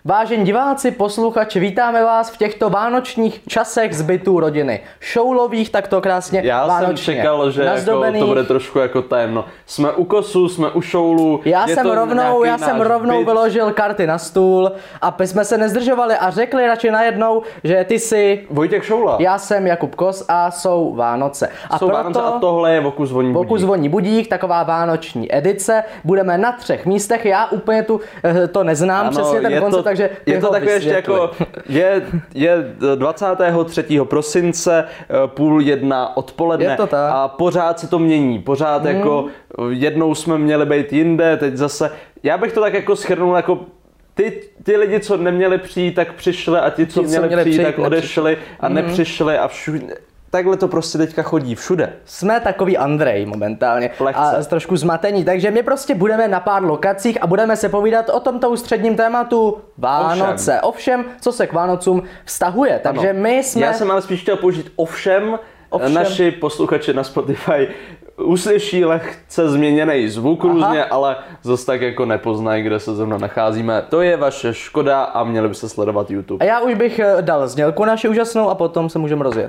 Vážení diváci, posluchači, vítáme vás v těchto vánočních časech z bytů rodiny. Šoulových, tak to krásně já vánočně jsem čekal, že jako to bude trošku jako tajemno. Jsme u kosu, jsme u šoulu. Já jsem rovnou vyložil karty na stůl a jsme se nezdržovali a řekli radši najednou, že ty jsi Vojtěch Šoula. Já jsem Jakub Kos a jsou Vánoce. Jsou Vánoce a tohle je Voku zvoní budík. Voku zvoní budík, taková vánoční edice. Budeme na 3 místech. Já úplně to neznám přesně ten koncept, takže je to takové ještě jako je 23. prosince 12:30 odpoledne Je to tak. A pořád se to mění. Pořád jako jednou jsme měli být jinde, teď zase. Já bych to tak jako shrnul jako ty lidi, co neměli přijít, tak přišli a ti, co měli přijít, tak odešli a nepřišli a všude. Takhle to prostě teďka chodí všude. Jsme takový Andrej momentálně Lehce. A trošku zmatení, takže my prostě budeme na pár lokacích a budeme se povídat o tomto ústředním tématu Vánoce. Ovšem, co se k Vánocům vztahuje, takže ano. my jsme... Já jsem ale spíš chtěl použít ovšem. Naši posluchači na Spotify uslyší lehce změněný zvuk různě, ale zase tak jako nepoznají, kde se zrovna nacházíme. To je vaše škoda a měli byste sledovat YouTube. A já už bych dal znělku naši úžasnou a potom se můžeme rozjet.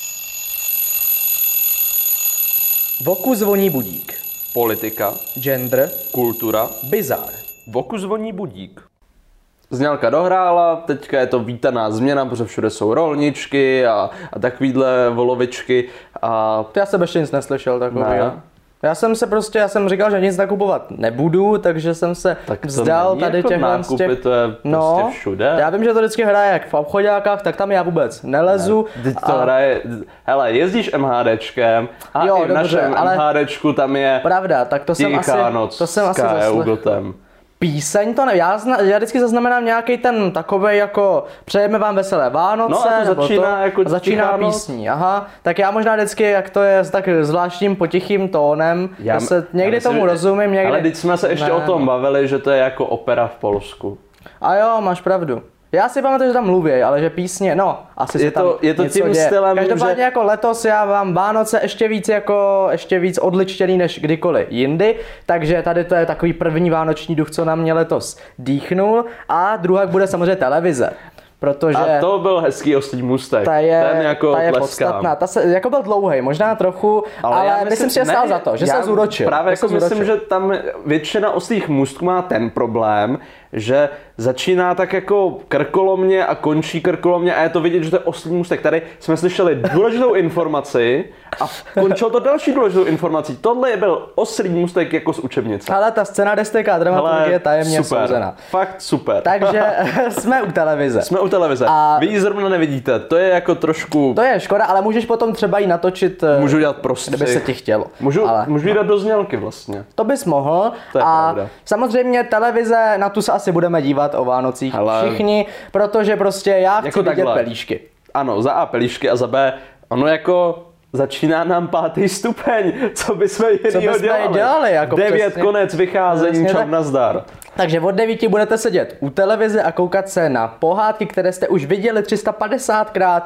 Voku zvoní budík. Politika, Gender, kultura, bizár. Voku zvoní budík. Znělka dohrála, teďka je to vítaná změna, protože všude jsou rolničky a takovýhle volovičky a... Já jsem ještě nic neslyšel takový. Ne. Já jsem říkal, že nic nakupovat nebudu, takže jsem se vzdal tady jako těch nákupy, to je prostě všude. Já vím, že to vždycky hraje jak v obchodákách, tak tam já vůbec nelezu. Teď to hraje, hele, jezdíš MHDčkem a i v našem MHDčku tam je pravda, tak to jsem asi zaslechl. Píseň to ne, já vždycky zaznamenám nějaký ten takovej jako přejeme vám veselé Vánoce, no a to začíná jako začíná písní, aha, tak já možná vždycky, jak to je s tak zvláštním potichým tónem, někdy tomu rozumím, někdy... Ale teď jsme se ještě o tom bavili, že to je jako opera v Polsku. A jo, máš pravdu. Já si pamatuju, že tam mluví, ale že písně, no, asi se tam je to něco tím děje. stylem, Každopádně jako letos já mám Vánoce ještě víc odličtěný než kdykoliv jindy, takže tady to je takový první vánoční duch, co na mě letos dýchnul a druhá bude samozřejmě televize. Protože a to byl hezký oslí můstek. Ta je podstatná. Ta se, jako byl dlouhej, možná trochu, ale myslím si, že stál za to, že se zúročil. Právě jako myslím, že tam většina oslých můstků má ten problém, že začíná tak jako krkolomně a končí krkolomně a je to vidět, že to je oslý můstek. Tady jsme slyšeli důležitou informaci a končilo to další důležitou informací. Tohle byl oslý můstek jako z učebnice. Ale ta scenaristika a dramaturgie je tajemně souzená. Fakt super. Takže jsme u televize. Jsme u televize. Vy ji zrovna nevidíte, to je jako trošku... To je škoda, ale můžeš potom třeba ji natočit... Můžu dělat prostřih. Kdyby se ti chtělo. Můžu jít dát do znělky vlastně. To bys mohl. To je pravda. Samozřejmě televize, na tu se asi budeme dívat o Vánocích všichni, protože prostě já chci jako vidět pelíšky. Ano, za A pelíšky a za B, ono jako... Začíná nám 5. stupeň, co bychom jinýho dělali? Jako 9 přesně, konec vycházení, čau nazdar. Takže od 9 budete sedět u televize a koukat se na pohádky, které jste už viděli 350krát.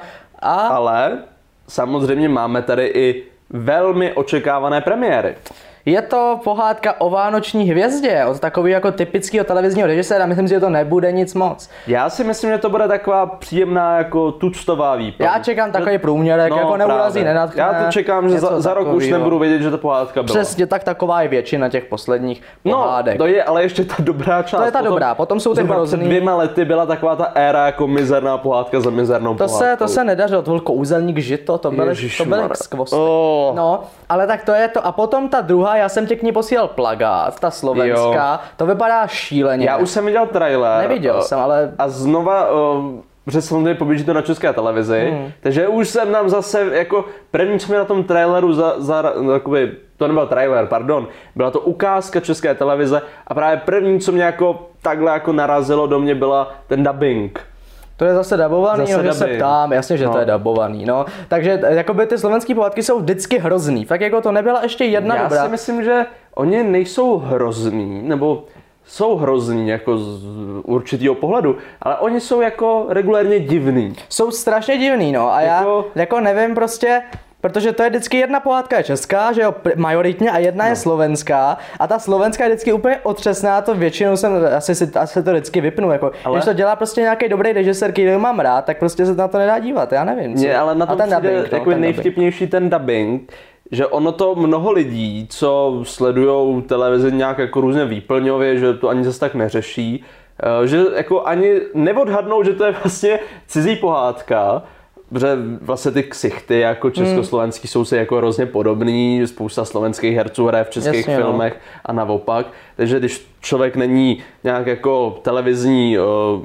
Ale samozřejmě máme tady i velmi očekávané premiéry. Je to pohádka o vánoční hvězdě, od takového jako typického televizního režiséra, myslím si, že to nebude nic moc. Já si myslím, že to bude taková příjemná jako tuctová výplň. Já čekám takový průměrek, jako neurazí, nenadchne. Já to čekám, že za rok už nebudu vědět, že to pohádka byla. Přesně, tak taková je většina těch posledních pohádek. No, to je ale ještě ta dobrá část. To je ta dobrá, potom jsou ty hrozný. Před 2 lety byla taková ta éra jako mizerná pohádka za mizernou pohádkou. To se nedařilo, to byl Kouzelník žito, to byly skvosty. No, ale tak to je to. A potom ta druhá, já jsem tě k ní posílal plagát, ta slovenská, to vypadá šíleně. Já už jsem viděl trailer. Neviděl jsem, ale... A znova, protože samozřejmě poběží to na České televizi, takže už jsem nám zase, jako první, co mi na tom traileru jakoby, to nebyl trailer, pardon, byla to ukázka České televize a právě první, co mě jako takhle jako narazilo do mě, byla ten dubbing. To je zase dabovaný, že se ptám, jasně, že to je dabovaný, no. Takže jakoby ty slovenské pohádky jsou vždycky hrozný, fakt jako to nebyla ještě jedna dobrá. Já si myslím, že oni nejsou hrozný, nebo jsou hrozný jako z určitého pohledu, ale oni jsou jako regulérně divný. Jsou strašně divný, no, a já jako nevím prostě, Protože to je vždycky jedna pohádka je česká, že jo, majoritně, a jedna je slovenská. A ta slovenská je vždycky úplně otřesná, to většinou jsem asi to vždycky vypnu. Jako, ale... Když to dělá prostě nějaký dobrý režisér, který mám rád, tak prostě se na to nedá dívat, já nevím. Ne, ale na to přijde jako nejvtipnější ten dubbing, že ono to mnoho lidí, co sledujou televizi nějak jako různě výplňově, že to ani zase tak neřeší, že jako ani neodhadnou, že to je vlastně cizí pohádka, protože vlastně ty ksichty jako československý jsou si jako hrozně podobný, spousta slovenských herců hraje v českých filmech a naopak, takže když člověk není nějak jako televizní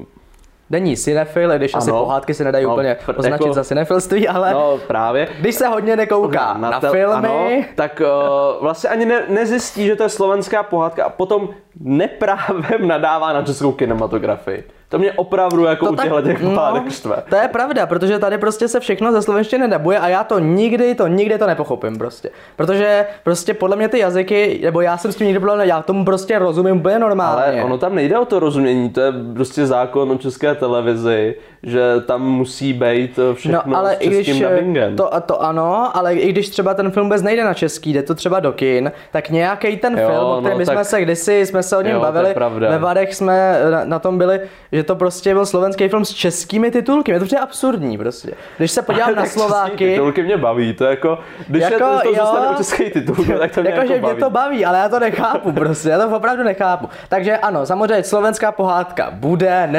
není cinefil, když ano, asi pohádky se nedají úplně označit jako, za cinefilství, ale no, právě. Když se hodně nekouká na filmy, ano, tak vlastně ani nezjistí, že to je slovenská pohádka a potom neprávem nadává na českou kinematografii. To mě opravdu jako to u těchto těch pohádek štve. To je pravda, protože tady prostě se všechno ze slovenštiny dabuje a já to nikdy to nepochopím prostě. Protože prostě podle mě ty jazyky, nebo já jsem s tím nikdy problém, já tomu prostě rozumím úplně normálně. Ale ono tam nejde o to rozumění, to je prostě zákon o české televizi, že tam musí být všechno s českým dubbingem. To ano, ale i když třeba ten film bez nejde na český, jde to třeba do kin, tak nějaký ten film, o kterém jsme se o něm bavili, ve Vadech jsme na tom byli, že to prostě byl slovenský film s českými titulky. Je to přijde absurdní prostě. Když se podívám na Slováky... Titulky mě baví, to jako... Když to zůstane u české titulky, tak to mě jako že baví. Mě to baví, ale já to nechápu prostě, já to opravdu nechápu. Takže ano, samozřejmě slovenská pohádka bude,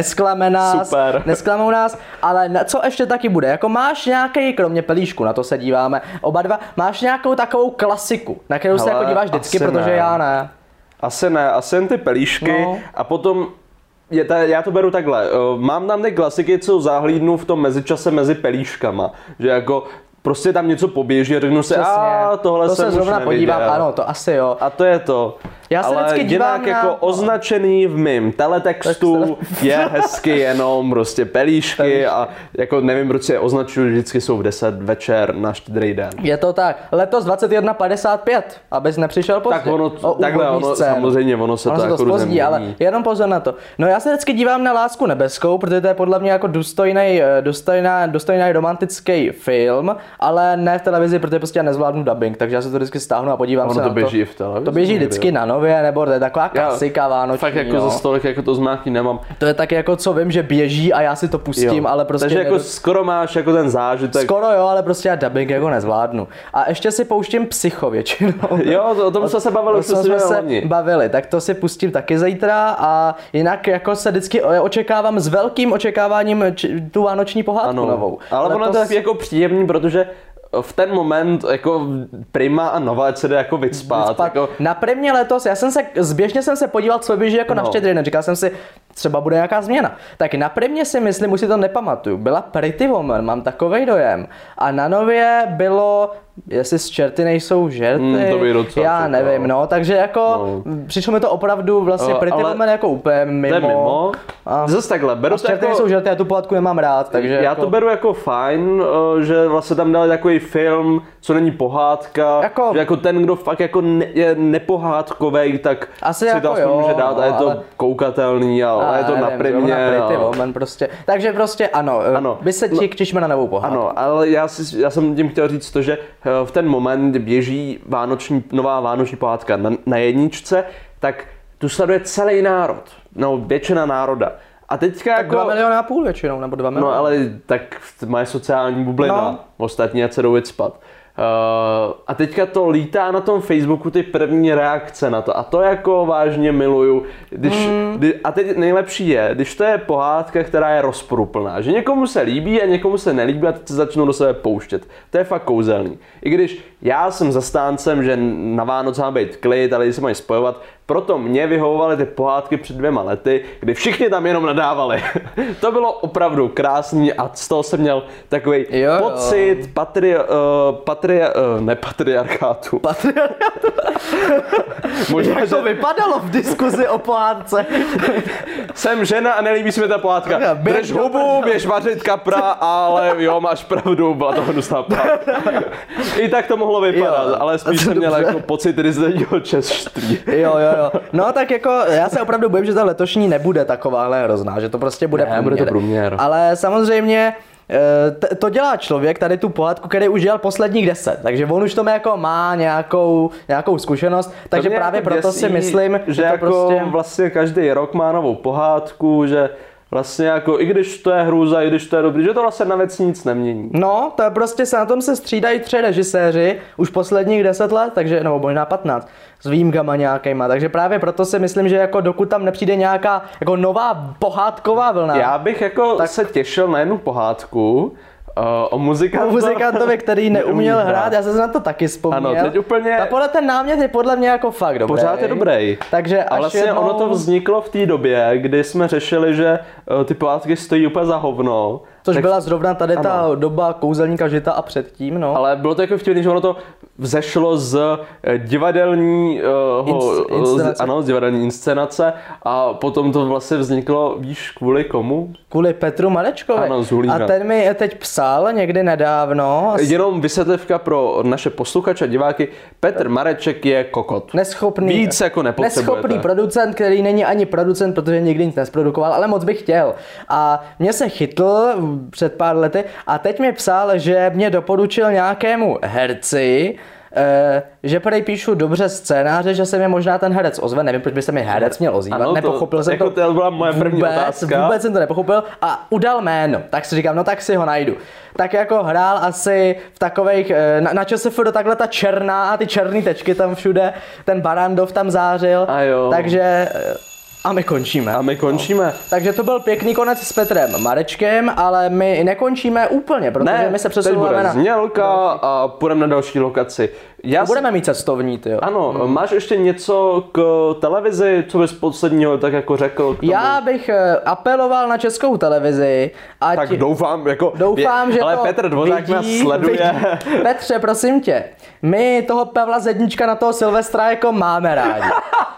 nesklamou nás, ale co ještě taky bude? Jako máš nějaký, kromě Pelíšku, na to se díváme, oba dva, máš nějakou takovou klasiku, na kterou se jako díváš vždycky, protože já ne. Asi jen ty Pelíšky a potom já to beru takhle, mám tam ty klasiky, co zahlídnu v tom mezičase mezi pelíškama, že jako prostě tam něco poběží a řeknu si, tohle to jsem se zrovna už podívám, ano, to asi jo. A to je to. Já se vždycky dívám na... jako označený v mým teletextu je hezky jenom prostě pelíšky a jako nevím, proč je označuju, vždycky jsou v 10 večer na Štědrý den. Je to tak. Letos 21:55, abys nepřišel pozdě. Tak samozřejmě ono se to jako spozdí, ale jenom pozor na to. No já se vždycky dívám na Lásku nebeskou, protože to je podle mě jako důstojný romantický film, ale ne v televizi, protože prostě já nezvládnu dubbing, takže já se to vždycky stáhnu a podívám se na to. To běží v televizi. To běží vždycky na Nově, nebo to je taková klasika vánoční. Fakt jako za stolik jako to znáky nemám. To je tak jako co vím, že běží a já si to pustím, ale prostě... Takže jako skoro máš jako ten zážitek. Skoro jo, ale prostě já dubbing jako nezvládnu. A ještě si pouštím Psycho většinou. Jo, o tom jsme se bavili, tak to si pustím taky zítra a jinak jako se vždycky očekávám s velkým očekáváním tu vánoční pohádku novou. Ale ono to je jako příjemný, protože v ten moment jako Prima a Nova se jde jako vycpat. Jako... Na Primě letos, zběžně jsem se podíval, co běží jako na Štědrý den, říkal jsem si, třeba bude nějaká změna. Tak na Primě si myslím, už si to nepamatuju, byla Pretty Woman, mám takovej dojem. A na Nově bylo, jestli z Čerty nejsou žerty, to by docela já nevím, takže jako přišlo mi to opravdu vlastně Pretty Woman jako úplně mimo. Zase takhle, beru to jako... nejsou žerty, já tu pohádku nemám rád, takže já jako... to beru jako fajn, že vlastně tam dali takový film, co není pohádka, že jako ten, kdo fakt jako je nepohádkovej, tak asi si jako to může dát a je to koukatelný a je to na Primě. Prostě. Takže prostě ano. Vy se těšíme na novou pohádku. Ano, ale já jsem tím chtěl říct to, že v ten moment, kdy běží nová vánoční pohádka na jedničce, tak tu sleduje celý národ, většina národa. A teďka tak jako... 2,5 miliony většinou, nebo 2 miliony. No ale tak má sociální bublina, ostatní ať se jdou vycpat. A teďka to lítá na tom Facebooku ty první reakce na to a to jako vážně miluju. A teď nejlepší je, když to je pohádka, která je rozporuplná, že někomu se líbí a někomu se nelíbí a teď se začnou do sebe pouštět. To je fakt kouzelný. I když já jsem zastáncem, že na Vánoce má být klid, ale se mají spojovat, proto mě vyhovovaly ty pohádky před 2 lety, kdy všichni tam jenom nadávali. To bylo opravdu krásný a z toho jsem měl takový pocit patriarchátu. Možná, jak to vypadalo v diskuzi o pohádce. Jsem žena a nelíbí se mi ta pohádka. Drž hubu, běž vařit kapra, ale jo, máš pravdu, byla to hnusná pohádka. I tak to mohlo vypadat, ale spíš jsem měl jako pocit ryzného čeství. Jo. No tak jako já se opravdu bojím, že ta letošní nebude takováhle hrozná, že to prostě bude průměr. Ale samozřejmě to dělá člověk, tady tu pohádku, který už dělal posledních 10, takže on už tomu jako má nějakou zkušenost, takže právě jako proto děsí, si myslím, že to jako prostě... vlastně každý rok má novou pohádku, že vlastně jako i když to je hrůza, i když to je dobrý, že to vlastně na věc nic nemění. No, to je prostě se na tom se střídají 3 režiséři už posledních 10 let, takže, nebo možná 15, s výjimkama nějakýma, takže právě proto si myslím, že jako dokud tam nepřijde nějaká jako nová pohádková vlna. Já bych jako se těšil na jednu pohádku, o muzikantovi, který neuměl hrát, já jsem se na to taky vzpomněl. Ano, teď úplně... A podle ten námět je podle mě jako fakt dobrý. Pořád je dobrý. Takže a vlastně jednou... ono to vzniklo v té době, kdy jsme řešili, že ty pohádky stojí úplně za hovno. Což byla zrovna tady ta doba kouzelníka Žita a předtím, no. Ale bylo to jako vtipný, že ono to vzešlo z divadelní inscenace a potom to vlastně vzniklo, víš, kvůli komu? Kvůli Petru Marečkovi. Ano, z Hulína. A ten mi teď psal někdy nedávno. Jenom vysvětlivka pro naše posluchače a diváky. Petr Mareček je kokot. Neschopný. Víc jako nepotřebujete. Neschopný producent, který není ani producent, protože nikdy nic nesprodukoval, ale moc bych chtěl. A mě se chytl před pár lety a teď mi psal, že mě doporučil nějakému herci, že prej píšu dobře scénáře, že se mi možná ten herec ozve, nevím, proč by se mi herec měl ozývat, ano, nepochopil jsem jako to byla moje první otázka. Vůbec jsem to nepochopil a udal jméno, tak si říkám, no tak si ho najdu. Tak jako hrál asi v takovejch, na ČSFD takhle ta černá a ty černý tečky tam všude, ten Barandov tam zářil, takže... A my končíme. No. Takže to byl pěkný konec s Petrem Marečkem, ale my nekončíme úplně, protože my se přesouváme na... znělka a půjdeme na další lokaci. Budeme mít cestovní, tyjo. Ano, máš ještě něco k televizi, co bys posledního tak jako řekl? Já bych apeloval na Českou televizi. Tak doufám, že ale to Petr Dvořák nás sleduje. Petře, prosím tě, my toho Pavla Zednička na toho Silvestra jako máme rádi.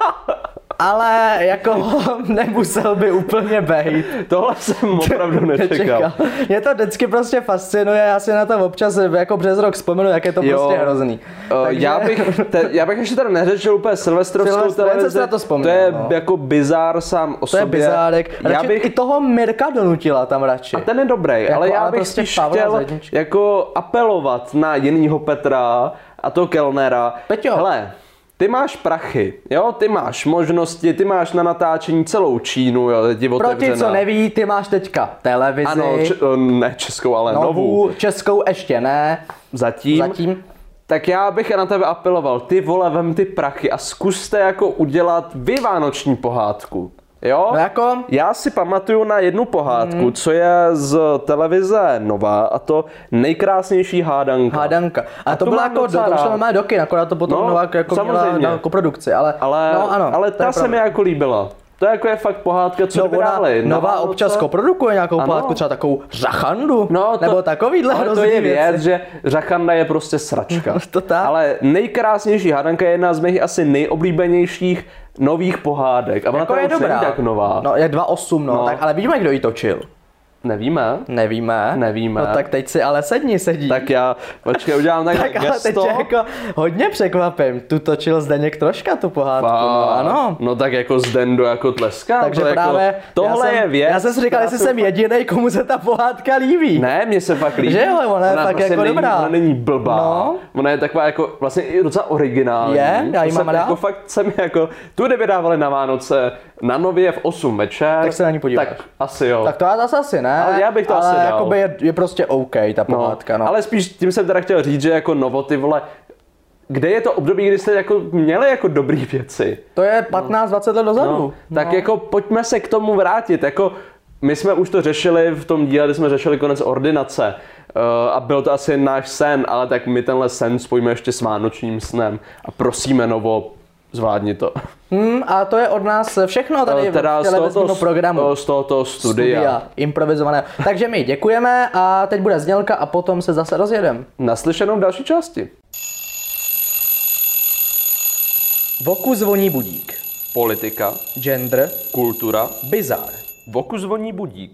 Ale jako nemusel by úplně bejt. Tohle jsem opravdu nečekal. Mě to vždycky prostě fascinuje, já si na to občas jako přes rok vzpomenu, jak je to prostě hrozný. Takže... Já bych ještě teda neřešil úplně silvestrovskou televizi. To je jako bizár sám o sobě. To je bizárek. I toho Mirka donutila tam radši. A ten je dobrý, ale já bych prostě chtěl jako apelovat na jinýho Petra a toho Kellnera. Peťo. Hele, ty máš prachy, jo, ty máš možnosti, ty máš na natáčení celou Čínu, jo, teď je otevřená. Pro ti, co neví, ty máš teďka televizi. Ano, ne českou, ale novou. Českou ještě ne. Zatím. Tak já bych na tebe apeloval, ty vole, vem ty prachy a zkuste jako udělat vánoční pohádku. Jo? No jako? Já si pamatuju na jednu pohádku, co je z televize Nova, a to Nejkrásnější hádanka. A to byla jako, to už máme do kin, akorát to potom Nova jako měla na koprodukci, ale ta se mi jako líbila. To je fakt pohádka, co by dali. Nová občas koprodukuje nějakou pohádku, třeba takovou Řachandu, nebo takovýhle hrozný věci. To je věc, že Řachanda je prostě sračka. Ale Nejkrásnější hádanka je jedna z mých asi nejoblíbenějších nových pohádek. A ona jako to je dobrá. Tak nová. No je 2008, tak, ale vidíme, kdo ji točil. Nevíme. No tak teď si ale sedí. Tak já, počkej, udělám tak gesto. Ale teď jako hodně překvapím. Tu točil Zdeněk Troška tu pohádku, no ano. No tak jako Zdendo jako tleská. Takže to právě jako, tohle je věc. Já jsem si říkal, jestli jsem jedinej, komu se ta pohádka líbí. Ne, mně se fakt líbí. Že jo, ona je fakt jako dobrá. Ona není blbá. No. Ona je taková jako vlastně i docela originální. Já ji mám rád. Jako fakt jsem jako, tu kdyby dávali na Vánoce na Nově v 8 večer. Tak se na ní podíváš. Tak asi jo. Tak to já zase asi ne. Ale já bych to asi dal. Je prostě OK ta pohádka, no. Ale spíš tím jsem teda chtěl říct, že jako Novo, ty vole, kde je to období, kdy jste jako měli jako dobrý věci? To je 15-20 let dozadu. Tak jako pojďme se k tomu vrátit, jako my jsme už to řešili v tom díle, kdy jsme řešili konec ordinace a byl to asi náš sen, ale tak my tenhle sen spojíme ještě s vánočním snem a prosíme Novo, zvládni to. A to je od nás všechno tady v televizního programu. Z tohoto studia. Improvizované. Takže my děkujeme a teď bude znělka a potom se zase rozjedeme. Naslyšenou v další části. V oku zvoní budík. Politika. Gender. Kultura. Bizár. V oku zvoní budík.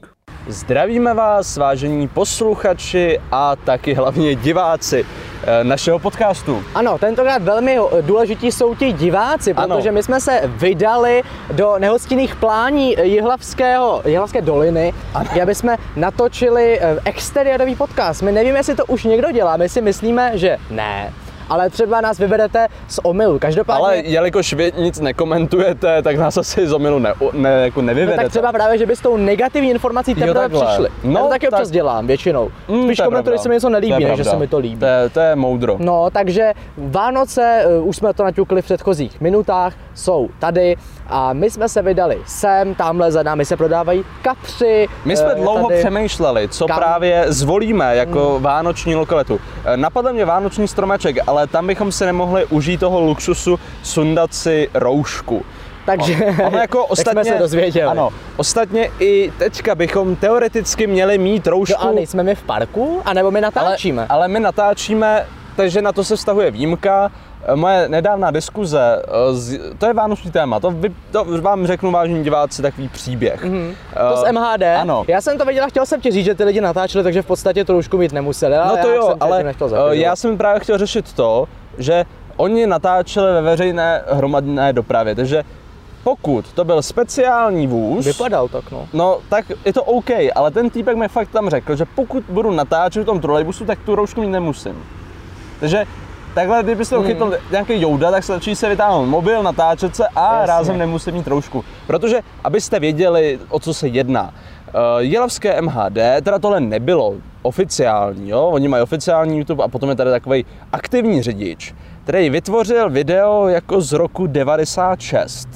Zdravíme vás, vážení posluchači a taky hlavně diváci našeho podcastu. Ano, tentokrát velmi důležití jsou ti diváci, protože my jsme se vydali do nehostinných plání Jihlavské doliny, aby jsme natočili exteriérový podcast. My nevíme, jestli to už někdo dělá, my si myslíme, že ne. Ale třeba nás vyvedete z omylu. Každopádně... Ale jelikož vy nic nekomentujete, tak nás asi z omylu jako nevyvedete. No tak třeba právě, že by s tou negativní informací teprve přišli. No, já to taky občas dělám, většinou. Spíš komentuji, že se mi něco nelíbí, než že se mi to líbí. To je moudro. No, takže Vánoce, už jsme to naťukli v předchozích minutách, jsou tady a my jsme se vydali sem, tamhle za námi se prodávají kapři. My jsme dlouho přemýšleli, co právě zvolíme jako vánoční lokalitu. Napadl mě vánoční stromeček, ale tam bychom si nemohli užít toho luxusu sundat si roušku. Takže ono jako ostatně, jsme se dozvěděli. Ano, ostatně i teďka bychom teoreticky měli mít roušku. No a nejsme my v parku? A nebo my natáčíme? Ale my natáčíme, takže na to se vztahuje výjimka. Moje nedávná diskuze, to je vánoční téma, to vám řeknu, vážení diváci, takový příběh. To z MHD? Ano. Já jsem to věděla, chtěl jsem ti říct, že ty lidi natáčeli, takže v podstatě tu roušku mít nemuseli. No to jo, ale já jsem právě chtěl řešit to, že oni natáčeli ve veřejné hromadné dopravě, takže pokud to byl speciální vůz... Vypadal tak, no. No, tak je to OK, ale ten týpek mi fakt tam řekl, že pokud budu natáčet v tom trolejbusu, tak tu roušku mít nemusím. Takže takhle, kdybyste chytl nějaký Jouda, tak stačí se vytáhnout mobil, natáčet se a rázem nemusí mít roušku. Protože, abyste věděli, o co se jedná, Jihlavské MHD, teda tohle nebylo oficiální, jo? Oni mají oficiální YouTube a potom je tady takový aktivní řidič, který vytvořil video jako z roku 96.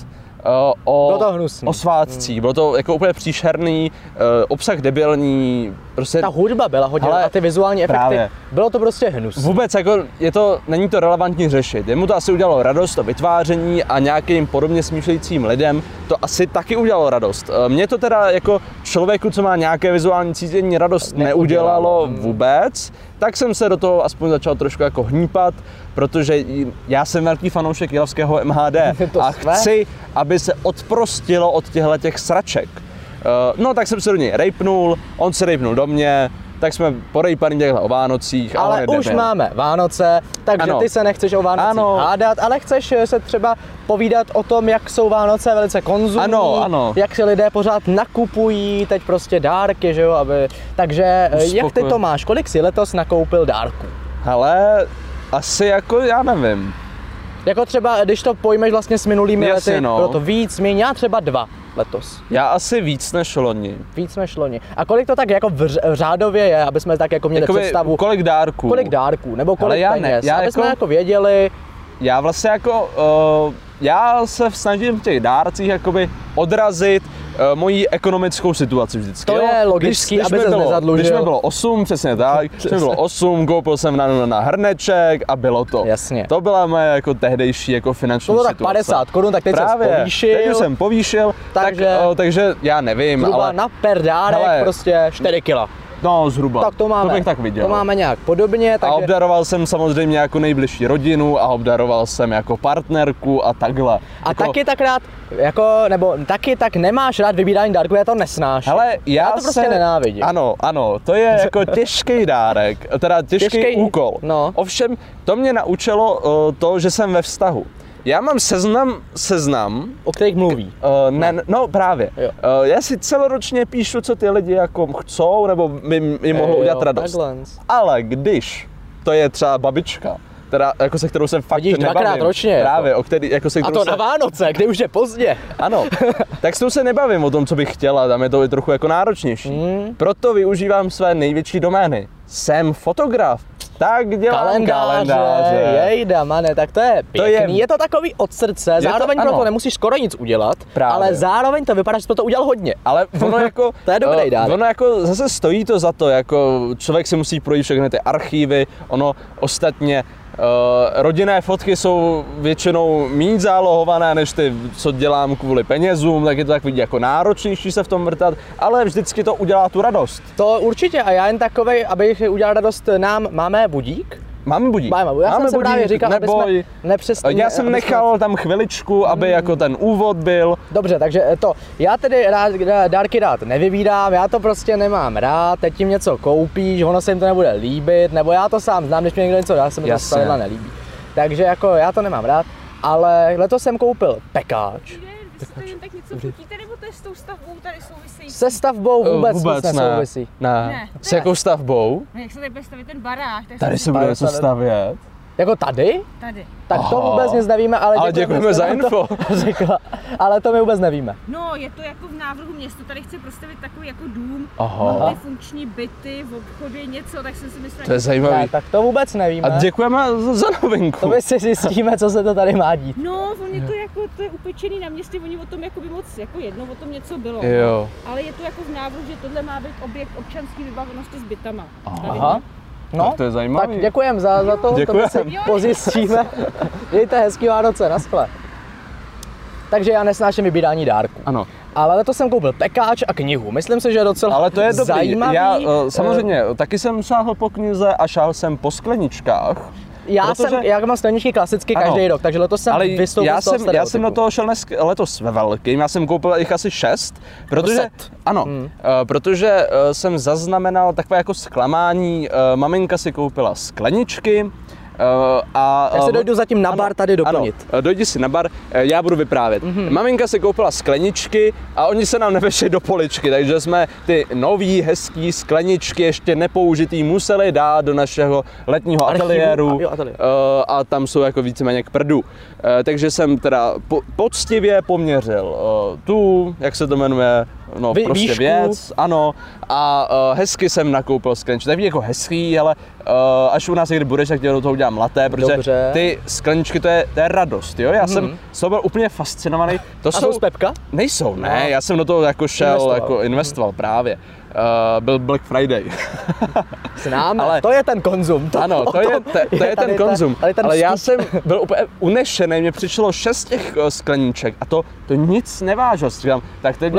O svátcích. Bylo to jako úplně příšerný, obsah debilní. Prostě... Ta hudba byla hodně a ty vizuální efekty, právě. Bylo to prostě hnusné. Vůbec jako není to relevantní řešit. Jemu to asi udělalo radost, to vytváření a nějakým podobně smýšlejícím lidem to asi taky udělalo radost. Mně to teda jako člověku, co má nějaké vizuální cítění, radost neudělalo vůbec, tak jsem se do toho aspoň začal trošku jako hnípat, protože já jsem velký fanoušek Jihlavského MHD a chci, aby se odprostilo od těch sraček. No tak jsem se do něj rejpnul, on se rejpnul do mě, tak jsme porejpaný těchhle o Vánocích. Ale už máme Vánoce, takže ty se nechceš o Vánocích hádat, ale chceš se třeba povídat o tom, jak jsou Vánoce velice konzumní, jak si lidé pořád nakupují teď prostě dárky, že jo, takže jak ty to máš, kolik si letos nakoupil dárků? Hele, asi jako já nevím. Jako třeba, když to pojmeš vlastně s minulými lety, bylo to víc, méně, já třeba 2 letos. Já asi víc než loni. Víc než loni. A kolik to tak jako v řádově je, aby jsme tak jako měli představu? Kolik dárků? Kolik dárků, nebo kolik peněz, aby jsme jako věděli. Já vlastně jako, já se snažím v těch dárcích jakoby odrazit mojí ekonomickou situaci vždycky. To je logický, aby se nezadlužil. Když mi bylo 8, přesně tak, když mi bylo 8, koupil jsem na hrneček a bylo to. Jasně. To byla moje jako tehdejší jako finanční situace. To bylo tak 50 korun, tak teď jsem povýšil. Teď jsem povýšil, takže já nevím, ale na per dárek prostě 4 kila. No, zhruba. Tak to máme. To bych tak viděl. To máme nějak podobně. Takže... A obdaroval jsem samozřejmě jako nejbližší rodinu a obdaroval jsem jako partnerku a takhle. A jako... taky tak rád, taky tak nemáš rád vybírání dárků, já to nesnáším. Hele, já to prostě nenávidím. Ano, to je jako těžký dárek, teda těžký úkol. No. Ovšem, to mě naučilo to, že jsem ve vztahu. Já mám seznam, o kterých mluví. No právě. Já si celoročně píšu, co ty lidi jako chcou, nebo mi mohou udělat radost. Ale když to je třeba babička, teda jako se kterou jsem fakt nebavím. Dvakrát ročně. Právě, a to na Vánoce, kdy už je pozdě. Ano, tak s tou se nebavím o tom, co bych chtěla, tam je to i trochu jako náročnější. Proto využívám své největší domény. Jsem fotograf. Tak dělám kalendáře. Jejda, mane, tak to je pěkný. Je to takový od srdce, zároveň pro to nemusíš skoro nic udělat, ale zároveň to vypadá, že jsi to udělal hodně. Ale ono jako, to je dobrý dárek. Ono jako zase stojí to za to, jako člověk si musí projít všechny ty archívy, ono ostatně rodinné fotky jsou většinou méně zálohované než ty, co dělám kvůli penězům, tak je to takový jako náročnější se v tom vrtat, ale vždycky to udělá tu radost. To určitě a já jen takovej, abych udělal radost nám, máme budík, Máme budík. Já jsem se právě říkal, aby jsme Já jsem nechal tam chviličku, aby jako ten úvod byl. Dobře, takže já tedy dárky rád nevybírám, já to prostě nemám rád, teď tím něco koupíš, ono se jim to nebude líbit, nebo já to sám znám, když mi někdo něco dá, se mi to zpravidla nelíbí. Takže jako já to nemám rád, ale letos jsem koupil pekáč. Tak něco chutíte, nebo to je s tou stavbou tady souvisí? Se stavbou vůbec nesouvisí. Ne. S jakou stavbou? No jak se tady bude stavit ten barák? Tady se bude něco stavět. Jako tady? Tady. Tak to vůbec nic nevíme, ale děkujeme za info. Řekla, ale to my vůbec nevíme. No, je to jako v návrhu město, tady chce postavit takový jako dům, funkční byty, v obchodě něco, tak jsem si myslela, to je zajímavý. Ne, tak to vůbec nevíme. A děkujeme za novinku. To my si zjistíme, co se to tady má dít. No, on je to jako, to je upečený na městě, oni o tom jako by moc, jako jedno o tom něco bylo. Jo. Ale je to jako v návrhu, že tohle má být objekt občanské vybavenosti s bytama. Aha. No, tak to je zajímavý. Tak děkujem za to, Děkujem. To my si pozjistíme. Mějte hezký Vánoce, naschle. Takže já nesnáším vybírání dárků. Ano. Ale letos jsem koupil pekáč a knihu. Myslím si, že je docela ale to je dobrý. zajímavý. Já samozřejmě taky jsem šáhl po knize a šáhl jsem po skleničkách. Já mám skleničky klasicky každý rok, takže letos jsem vystoupil z toho stereotypu. Já jsem do toho šel letos ve velkým, já jsem koupil jich asi 6, protože, protože jsem zaznamenal takové jako zklamání, maminka si koupila skleničky, Já se dojdu zatím na bar tady doplnit. Ano, dojdi si na bar, já budu vyprávět. Maminka si koupila skleničky a oni se nám nevešli do poličky, takže jsme ty nový, hezký skleničky, ještě nepoužitý, museli dát do našeho letního ateliéru a tam jsou jako víceméně k prdu. Takže jsem teda poctivě poměřil tu, jak se to jmenuje, prostě výšku. Věc, ano, a hezky jsem nakoupil skleničky. To je jako hezký, ale až u nás někdy budeš, tak tě do toho udělám laté, protože ty skleničky, to je radost, jo? Já jsem byl úplně fascinovaný. Jsou z Pepka? Nejsou, ne, já jsem do toho jako šel, investoval právě. Byl Black Friday. Známe, ale to je ten konzum. Ano, to je ten konzum. Ale já jsem byl úplně unešený, mě přišlo 6 těch skleníček a to nic nevážilo. Říkám, tak teď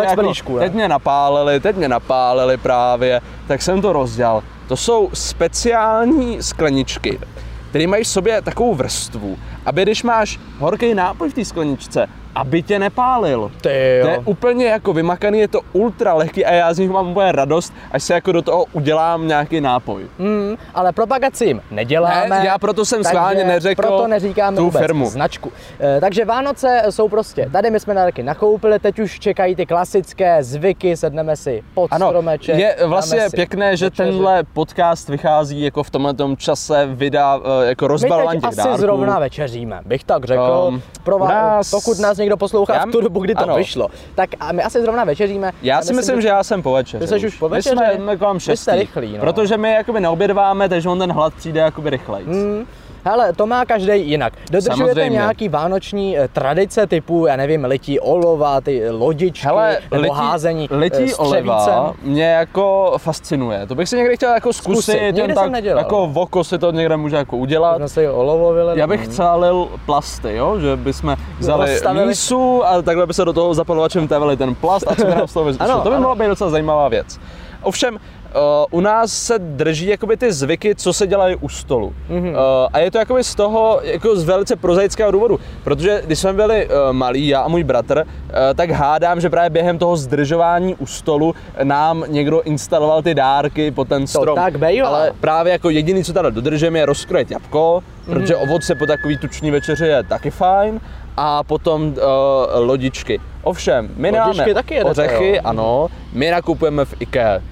mě napálili právě, tak jsem to rozdělal. To jsou speciální skleničky, které mají v sobě takovou vrstvu, aby když máš horký nápoj v té skleničce, aby tě nepálil. To je úplně jako vymakaný, je to ultra lehký a já z nich mám úplně radost, až se jako do toho udělám nějaký nápoj. Ale propagaci jim neděláme. Ne, já proto jsem schválně neřekl proto neříkáme tu vůbec firmu. Značku. Takže Vánoce jsou prostě, tady my jsme dárky nakoupili, teď už čekají ty klasické zvyky, sedneme si pod stromeček. Je vlastně pěkné, že tenhle podcast vychází jako v tomhletom čase, vydá jako rozbalování těch dárků. My teď asi zrovna večeříme, bych tak řekl. Pro vás, pokud nás někdo poslouchá v tu dobu, kdy to vyšlo, tak a my asi zrovna večeříme. Já si myslím, že já jsem po večeři. Ty jsi už po večeři? My jsme kolem 6. Rychlý, protože my jakoby neobědváme, takže on ten hlad přijde jakoby rychlejc. Hele, to má každý jinak. Dodržujete nějaký vánoční tradice typu, já nevím, lití olova, ty lodičky, nebo házení lití olova mě jako fascinuje. To bych si někdy chtěl jako zkusit. Někdy jsem nedělal. Jako v oko si to někde může jako udělat. Já bych třeba lil plasty, jo? Že bychom vzali mísu a takhle by se do toho zapalovačem tevili ten plast a co by nám z toho vyšlo. To by mohla být docela zajímavá věc. Ovšem, u nás se drží jakoby ty zvyky, co se dělají u stolu. A je to jakoby z toho jako z velice prozaického důvodu, protože když jsme byli malí, já a můj bratr, tak hádám, že právě během toho zdržování u stolu nám někdo instaloval ty dárky pod ten strom. To tak bývá. Ale právě jako jediný, co tady dodržujeme, je rozkrojet jabko, protože ovoce po takový tučný večeři je taky fajn. A potom lodičky. Ovšem, my nemáme ořechy, ano, my nakupujeme v IKEA.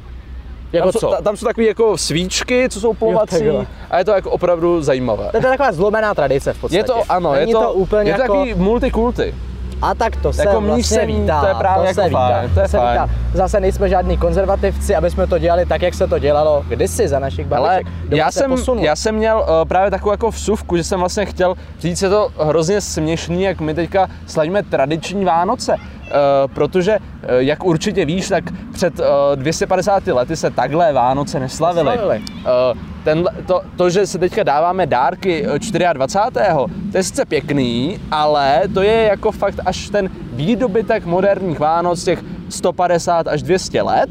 Tam jsou takové jako svíčky, co jsou plovací a je to jako opravdu zajímavé. To je taková zlomená tradice v podstatě. Je to, ano, je to úplně jako takový multikulty. A tak to se jako vlastně vítá. To je právě to jako fajn. To je fajn. Zase nejsme žádní konzervativci, aby jsme to dělali tak, jak se to dělalo kdysi za našich babiček. Já jsem měl právě takovou jako vsuvku, že jsem vlastně chtěl říct, je to hrozně směšný, jak my teďka slavíme tradiční Vánoce. Protože, jak určitě víš, tak před 250 lety se takhle Vánoce neslavily. To, že se teďka dáváme dárky 24. To je sice pěkný, ale to je jako fakt až ten výdobytek moderních Vánoc těch 150 až 200 let.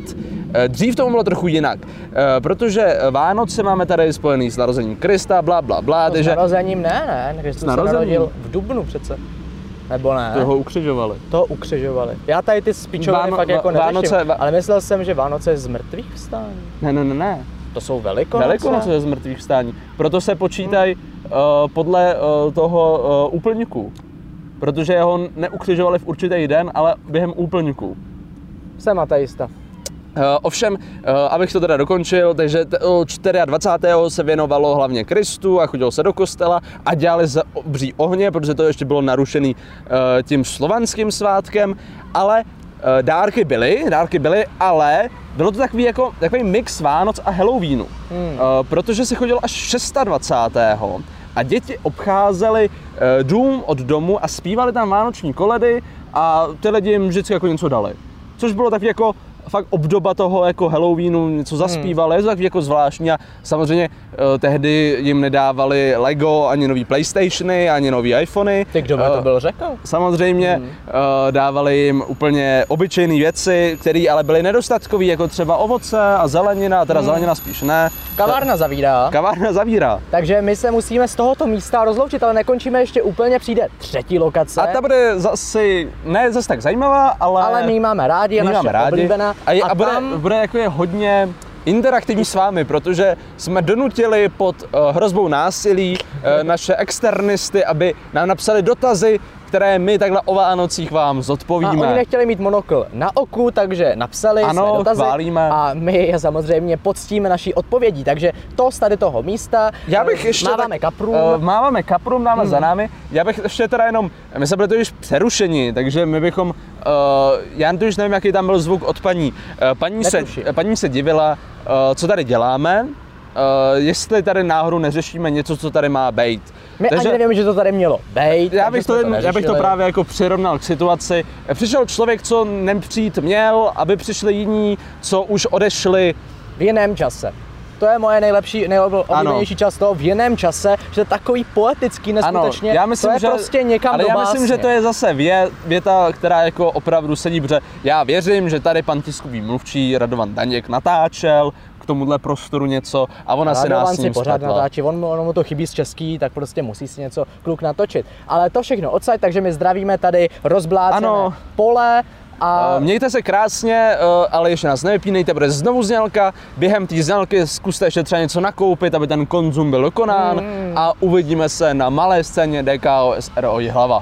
Dřív to bylo trochu jinak, protože Vánoce máme tady spojený s narozením Krista, bla, bla, bla. S narozením ne, Kristus se narodil v dubnu přece. Nebo ne? Toho ukřižovali. To ukřižovali. Já tady ty spičoviny fakt jako neřeším, ale myslel jsem, že Vánoce je z mrtvých vstání. Ne. To jsou Velikonoce? Velikonoce je z mrtvých vstání. Proto se počítají podle toho úplňku. Protože ho neukřižovali v určitý den, ale během úplňku. Jsem ateista. Ovšem, abych to teda dokončil, takže 24. se věnovalo hlavně Kristu a chodilo se do kostela a dělali se obří ohně, protože to ještě bylo narušený tím slovanským svátkem, ale dárky byly, ale bylo to takový mix Vánoc a Halloweenu, protože se chodilo až 26. a děti obcházely dům od domu a zpívali tam vánoční koledy a ty lidi jim vždycky jako něco dali. Což bylo tak jako fakt obdoba toho jako Halloweenu, něco zaspívali, je to tak jako zvláštní a samozřejmě tehdy jim nedávali Lego, ani nový PlayStationy, ani nový iPhony. Ty kdo by to byl řekl? Samozřejmě dávali jim úplně obyčejné věci, které ale byly nedostatkové, jako třeba ovoce a zelenina, teda zelenina spíš ne. Kavárna zavírá. Takže my se musíme z tohoto místa rozloučit, ale nekončíme ještě úplně, přijde třetí lokace. A ta bude ne zase tak zajímavá, ale my ji máme rádi, naše oblíbená. A bude jako je hodně interaktivní s vámi, protože jsme donutili pod hrozbou násilí naše externisty, aby nám napsali dotazy, které my takhle o Vánocích vám zodpovíme. A oni nechtěli mít monokl na oku, takže napsali své dotazy a my je samozřejmě poctíme naší odpovědí. Takže to z tady toho místa, máváme kaprům, dáme za námi. Já bych ještě teda jenom, my se byli to již přerušeni, takže my bychom, já to už nevím, jaký tam byl zvuk od paní. Paní se divila, co tady děláme, jestli tady náhodou neřešíme něco, co tady má být. My ani nevíme, že to tady mělo být. Já bych to právě jako přirovnal k situaci. Přišel člověk, co nepřijít měl, aby přišli jiní, co už odešli v jiném čase. To je moje nejoblíbenější čas toho v jiném čase, že takový poetický neskutečně, já myslím, to je že, prostě někam do básně. Já myslím, že to je zase věta, která jako opravdu sedí, protože já věřím, že tady pan tiskový mluvčí Radovan Daněk natáčel k tomuhle prostoru něco a ona si nás s ním pořád natáčí, on mu to chybí z český, tak prostě musí si něco kluk natočit. Ale to všechno odsaď, takže my zdravíme tady rozblácené pole. A mějte se krásně, ale ještě nás nevypínejte, bude znovu znělka. Během té znělky zkuste ještě třeba něco nakoupit, aby ten konzum byl dokonán a uvidíme se na malé scéně DKO SRO Jihlava.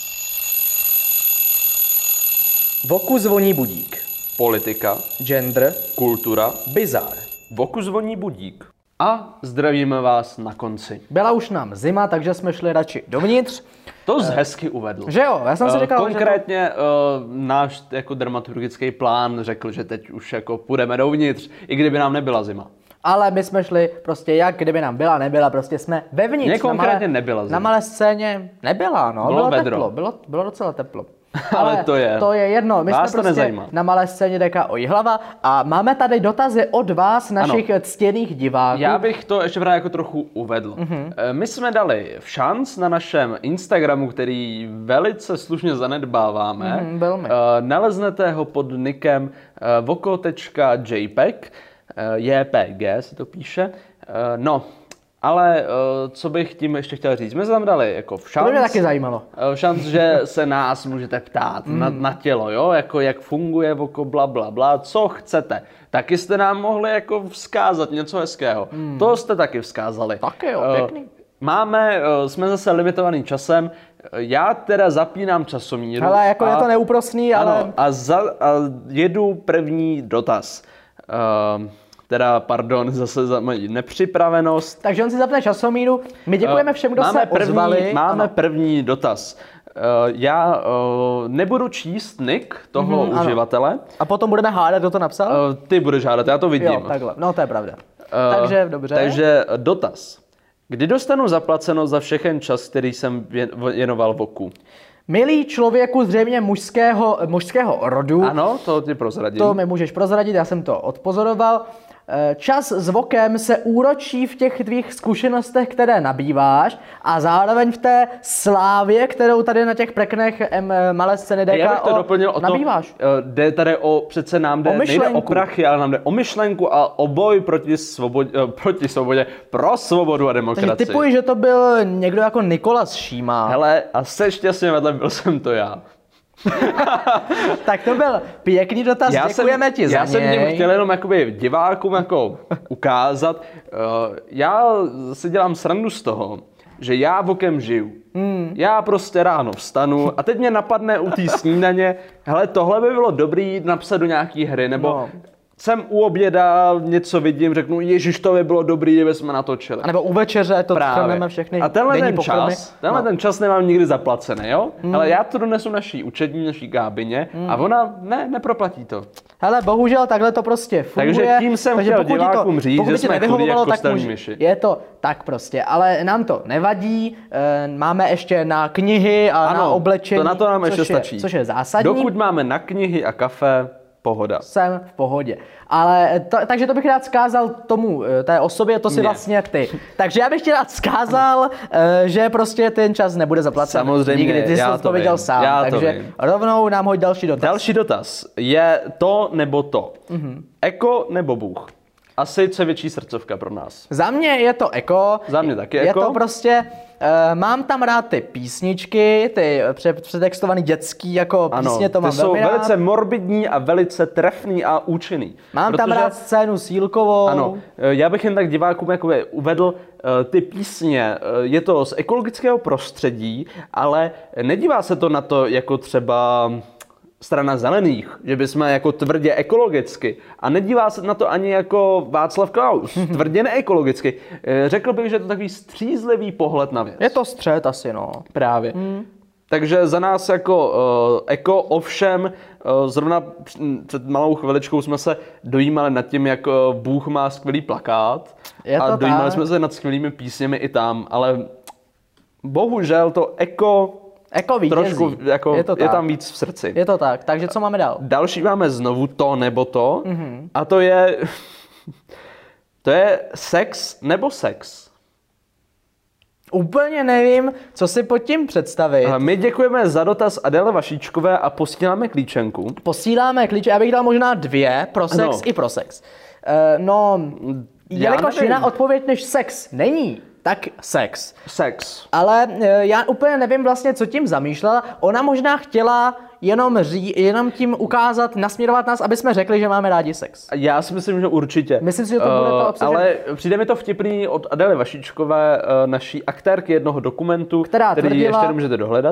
V oku zvoní budík. Politika. Gender. Kultura. Bizár. V oku zvoní budík. A zdravíme vás na konci. Byla už nám zima, takže jsme šli radši dovnitř. To hezky uvedl. Že jo, já jsem si říkal, konkrétně náš jako dramaturgický plán řekl, že teď už jako půjdeme dovnitř, i kdyby nám nebyla zima. Ale my jsme šli prostě jak kdyby nám byla, nebyla, prostě jsme vevnitř. Mně konkrétně nebyla zima. Na malé scéně nebyla, no. Bylo teplo, bylo docela teplo. Ale to je jedno, my jsme prostě na malé scéně DKO Jihlava a máme tady dotazy od vás, našich ctěných diváků. Já bych to ještě právě jako trochu uvedl. My jsme dali všanc na našem Instagramu, který velice slušně zanedbáváme. Naleznete ho pod nickem voko.jpg, JPG se to píše. Ale co bych tím ještě chtěl říct, my jsme tam dali jako všanc. To mě taky zajímalo. Všanc, že se nás můžete ptát na tělo, jo, jako jak funguje oko, bla, bla, bla, co chcete. Taky jste nám mohli jako vzkázat něco hezkého. To jste taky vzkázali. Taky jo, pěkný. Jsme zase limitovaný časem, já teda zapínám časomíru. Ale jako je to neúprosný, ale... Ano, a jedu první dotaz. Zase za moji nepřipravenost. Takže on si zapne časomíru. My děkujeme všem, kdo se ozvali. Máme první dotaz. Já nebudu číst nick toho uživatele. A potom budeme hádat, kdo to napsal? Ty budeš hádat, já to vidím. Jo, takhle. No, to je pravda. Takže dobře. Takže dotaz. Kdy dostanu zaplaceno za všechen čas, který jsem věnoval voku? Milý člověku zřejmě mužského rodu. Ano, to ti prozradím. To mi můžeš prozradit, já jsem to odpozoroval. čas s vokem se úročí v těch tvých zkušenostech, které nabýváš a zároveň v té slávě, kterou tady na těch preknech malé scény DKO já bych to doplnil nabýváš. Jde tady přece nám nejde o prachy, ale nám jde o myšlenku a o boj proti svobodě, pro svobodu a demokracii. Takže typuji, že to byl někdo jako Nikolas Šíma. Hele, a se šťastně vedle byl jsem to já. Tak to byl pěkný dotaz, děkujeme ti za něj. Já jsem tím chtěl jenom jakoby divákům jako ukázat. Já si dělám srandu z toho, že já vokem žiju. Já prostě ráno vstanu a teď mě napadne u té snídaně, hele, tohle by bylo dobrý napsat do nějaký hry, nebo jsem u oběda, něco vidím, řeknu, ježiš, to by bylo dobrý, kdyby jsme natočili. A nebo u večeře, to schrneme všechny. A tenhle čas nemám nikdy zaplacený, jo? Ale já to donesu naší učední, naší Gábině a ona neproplatí to. Hele, bohužel takhle to prostě funguje. Takže tím jsem chtěl divákům říct, že jsme chudí jak kostelní myši. Je to tak prostě, ale nám to nevadí, máme ještě na knihy a na oblečení, na to nám ještě stačí. Což je zásadní. Dokud máme na knihy a kafe, pohoda. Jsem v pohodě. Ale takže to bych rád vzkázal tomu, té osobě, to si vlastně jak ty. Takže já bych ti rád vzkázal, že prostě ten čas nebude zaplacen. Samozřejmě, nikdy, ty jsi to odpověděl sám. Takže rovnou nám hoď další dotaz. Další dotaz je to nebo to. Eko nebo Bůh? Asi co je větší srdcovka pro nás. Za mě je to eko. Za mě taky eko. Je to prostě, mám tam rád ty písničky, ty přetextovaný dětský jako písně, to mám velmi rád. Ty jsou velice morbidní a velice trefný a účinný. Mám tam rád scénu s Jílkovou. Ano, já bych jen tak divákům jakoby uvedl, ty písně, je to z ekologického prostředí, ale nedívá se to na to jako třeba Strana zelených, že bychom jako tvrdě ekologicky. A nedívá se na to ani jako Václav Klaus, tvrdě neekologicky. Řekl bych, že je to takový střízlivý pohled na věc. Je to střed asi, no. Právě. Takže za nás jako eko, ovšem, zrovna před malou chviličkou jsme se dojímali nad tím, jak Bůh má skvělý plakát. A dojímali jsme se nad skvělými písněmi i tam, ale bohužel to eko trošku jako je tam víc v srdci. Je to tak, takže co máme dál? Další máme znovu to nebo to a to je sex nebo sex. Úplně nevím, co si pod tím představit. My děkujeme za dotaz Adele Vašíčkové a posíláme klíčenku. Posíláme klíče, já bych dal možná 2 pro sex i pro sex. Jelikož jiná odpověď než sex není, tak sex. Sex. Ale já úplně nevím vlastně, co tím zamýšlela. Ona možná chtěla jenom tím ukázat, nasměrovat nás, aby jsme řekli, že máme rádi sex. Já si myslím, že určitě. Myslím si, že to bude to obsaženo. Ale přijde mi to vtipný od Adely Vašíčkové, naší aktérky jednoho dokumentu, který ještě nemůžete dohledat,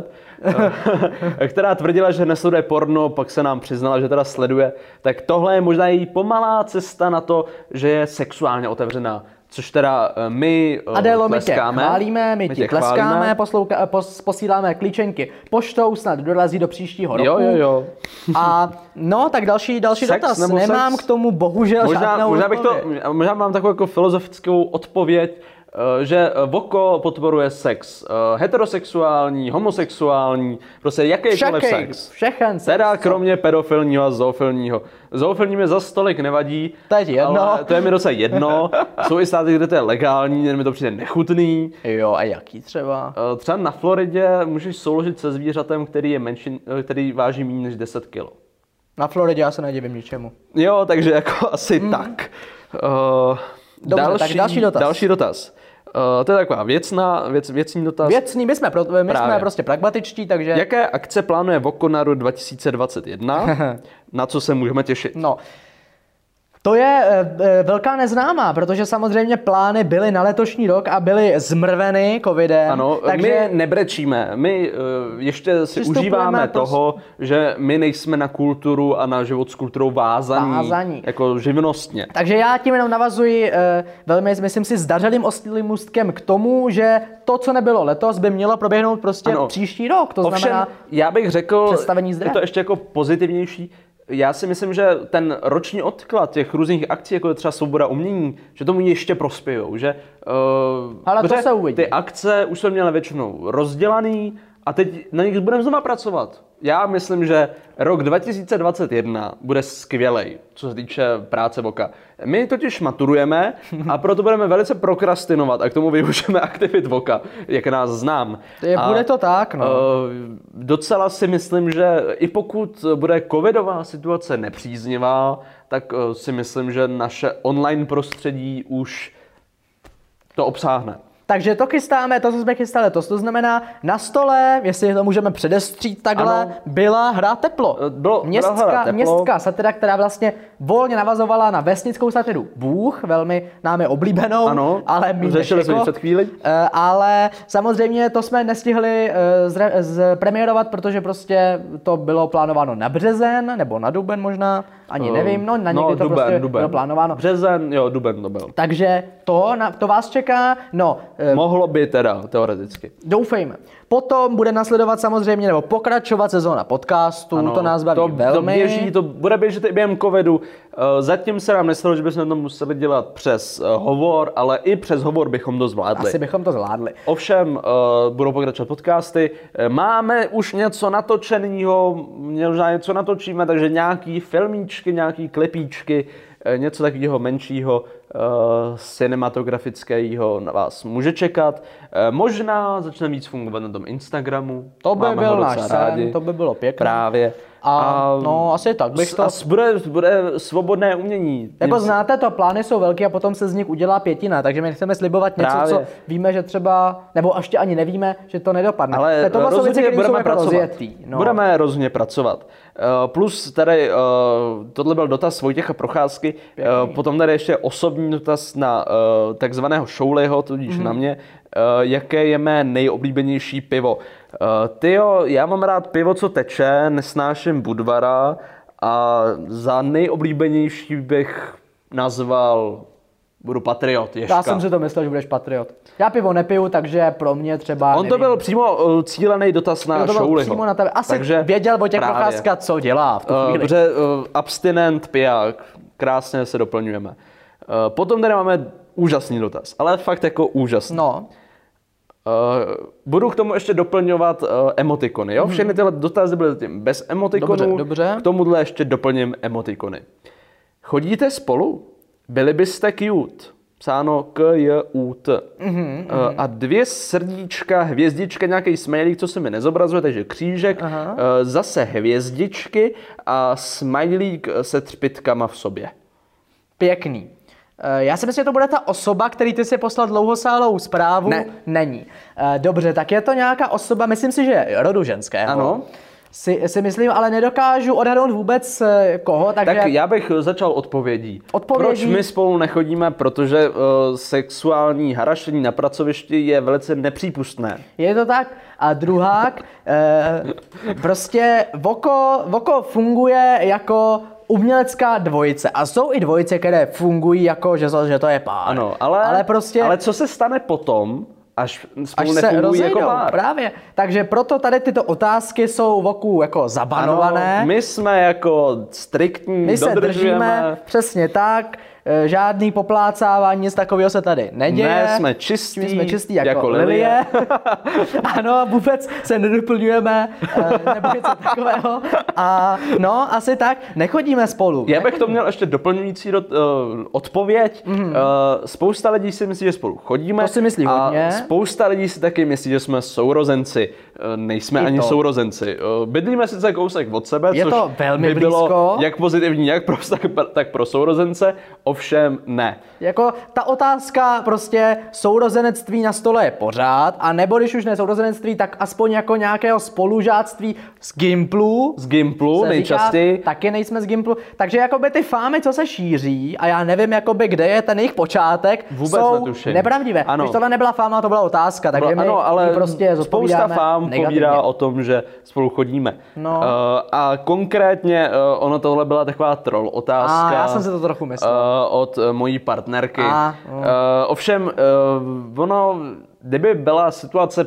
která tvrdila, že nesleduje porno, pak se nám přiznala, že teda sleduje. Tak tohle je možná její pomalá cesta na to, že je sexuálně otevřená. Což teda my Adélo, tleskáme. My tě chválíme, my ti tleskáme, posíláme klíčenky poštou, snad dorazí do příštího roku. Jo. A tak další dotaz. Nemám sex? K tomu bohužel žádnou odpověď. Možná mám takovou jako filozofickou odpověď, že Voko podporuje sex heterosexuální, homosexuální, prostě jakýkoliv sex. Všechen sex. Teda kromě pedofilního a zoofilního. Zoofilní mi zas tolik nevadí, to je jedno. Ale to je mi docela jedno. Jsou i státy, kde to je legální, jen mi to přijde nechutný. Jo, a jaký třeba? Třeba na Floridě můžeš souložit se zvířatem, který váží méně než 10 kg. Na Floridě já se nedivím ničemu. Jo, takže jako asi tak. Dobře, tak další dotaz. To je taková věcný dotaz. Věcný, my jsme prostě pragmatičtí, takže... Jaké akce plánuje Voko na rok 2021? Na co se můžeme těšit? No, to je velká neznámá, protože samozřejmě plány byly na letošní rok a byly zmrveny covidem. Ano, takže my nebrečíme, my ještě si užíváme toho, že my nejsme na kulturu a na život s kulturou vázaní. Jako živnostně. Takže já tím jenom navazuji velmi, myslím si, zdařilým oslím můstkem k tomu, že to, co nebylo letos, by mělo proběhnout prostě příští rok. To znamená, já bych řekl, představení zdra. Je to ještě jako pozitivnější. Já si myslím, že ten roční odklad těch různých akcí, jako je třeba Svoboda umění, že tomu ještě prospějou, že ale to se uvidí. Ty akce už jsme měli většinou rozdělaný a teď na nich budeme znova pracovat. Já myslím, že rok 2021 bude skvělej, co se týče práce voka. My totiž maturujeme a proto budeme velice prokrastinovat a k tomu využijeme aktivit voka, jak nás znám. Bude to tak, no. Docela si myslím, že i pokud bude covidová situace nepříznivá, tak si myslím, že naše online prostředí už to obsáhne. Takže to chystáme, to, co jsme chystali letos. To znamená, na stole, jestli to můžeme předestřít takhle, ano. Byla hra Teplo. Městská satira, která vlastně volně navazovala na vesnickou satiru Bůh, velmi námi oblíbenou. Ano, ale řešili jsme před chvíli. Ale samozřejmě to jsme nestihli zpremiérovat, protože prostě to bylo plánováno na březen, nebo na duben možná, ani nevím, no na někdy to duben, prostě duben. bylo plánováno. Březen, jo, duben to byl. Takže to vás čeká, no. Mohlo by teda, teoreticky. Doufejme. Potom bude nasledovat samozřejmě, nebo pokračovat sezóna podcastů, ano, to nás baví velmi. To bude běžet i během covidu. Zatím se nám nestalo, že bychom to museli dělat přes hovor, ale i přes hovor bychom to zvládli. Asi bychom to zvládli. Ovšem, budou pokračovat podcasty. Máme už něco natočeného, možná něco natočíme, takže nějaký filmíčky, nějaký klipíčky, něco takového menšího, cinematografického na vás může čekat. Možná začne víc fungovat na tom Instagramu. To by byl náš sen, to by bylo pěkné. Právě. No asi tak bych to... Bude svobodné umění. Jako znáte to, plány jsou velké a potom se z nich udělá pětina, takže my nechceme slibovat něco, co víme, že třeba, nebo ještě ani nevíme, že to nedopadne. Ale to jsou věci, které jsou jako rozjetý. No. Budeme rozhodně pracovat. Plus tady, tohle byl dotaz Vojtěcha Procházky, potom tady ještě osobní dotaz na takzvaného Šouliho, tudíž na mě. Jaké je mé nejoblíbenější pivo? Tyjo, já mám rád pivo, co teče, nesnáším Budvara a za nejoblíbenější bych nazval, budu Patriot, Ježka. Já jsem si to myslel, že budeš Patriot. Já pivo nepiju, takže pro mě třeba On to byl přímo cílený dotaz na Šouliho. Asi takže věděl Vojtěch Procházka, co dělá v tu chvíli. Dobře, abstinent, piják, krásně se doplňujeme. Potom tady máme úžasný dotaz, ale fakt jako úžasný. No. Budu k tomu ještě doplňovat emotikony, jo? Všechny tyhle dotazy byly tím bez emotikonů. Dobře. K tomuhle ještě doplním emotikony. Chodíte spolu? Byli byste cute. Psáno K-J-U-T. A 2 srdíčka, hvězdička, nějaký smajlík, co se mi nezobrazuje, takže křížek, zase hvězdičky a smajlík se třpitkama v sobě. Pěkný. Já si myslím, že to bude ta osoba, který ty si poslal dlouhosálou zprávu. Ne. Není. Dobře, tak je to nějaká osoba, myslím si, že rodu ženského. Ano. Si myslím, ale nedokážu odhadnout vůbec koho, takže... Tak já bych začal odpovědí. Proč my spolu nechodíme? Protože sexuální harašení na pracovišti je velice nepřípustné. Je to tak? A druhák, prostě Voko funguje jako umělecká dvojice. A jsou i dvojice, které fungují jako, že to je pár. Ano, ale co se stane potom, až spolu nefungují jako pár? Právě. Takže proto tady tyto otázky jsou Voku jako zabanované. Ano, my jsme jako striktní, my se držíme, přesně tak. Žádný poplácávání, nic takového se tady neděje. Ne, jsme čistí jako lilie. Ano, vůbec se nedoplňujeme, nebo něco takového. A no, asi tak, nechodíme spolu. Já bych to měl ještě doplňující odpověď. Spousta lidí si myslí, že spolu chodíme. To si myslí hodně. A spousta lidí si taky myslí, že jsme sourozenci. Nejsme ani sourozenci. Bydlíme sice kousek od sebe, je což to velmi by bylo blízko. Jak pozitivní, jak pro vztah, tak pro sourozence. Ovšem ne. Jako ta otázka prostě sourozenectví na stole je pořád, a nebo když už ne sourozenectví, tak aspoň jako nějakého spolužáctví z Gimplu. Z Gimplu nejčastěji. Taky nejsme z Gimplu. Takže jakoby ty fámy, co se šíří, a já nevím, jakoby kde je ten jejich počátek, vůbec jsou netuším. nepravdivé. Ano. Když tohle nebyla fáma, to byla otázka, takže my prostě spousta fám povídá o tom, že spolu chodíme. No. A konkrétně ono tohle byla taková troll otázka. Já jsem si to trochu myslel. Od mojí partnerky. Ovšem, ono, kdyby byla situace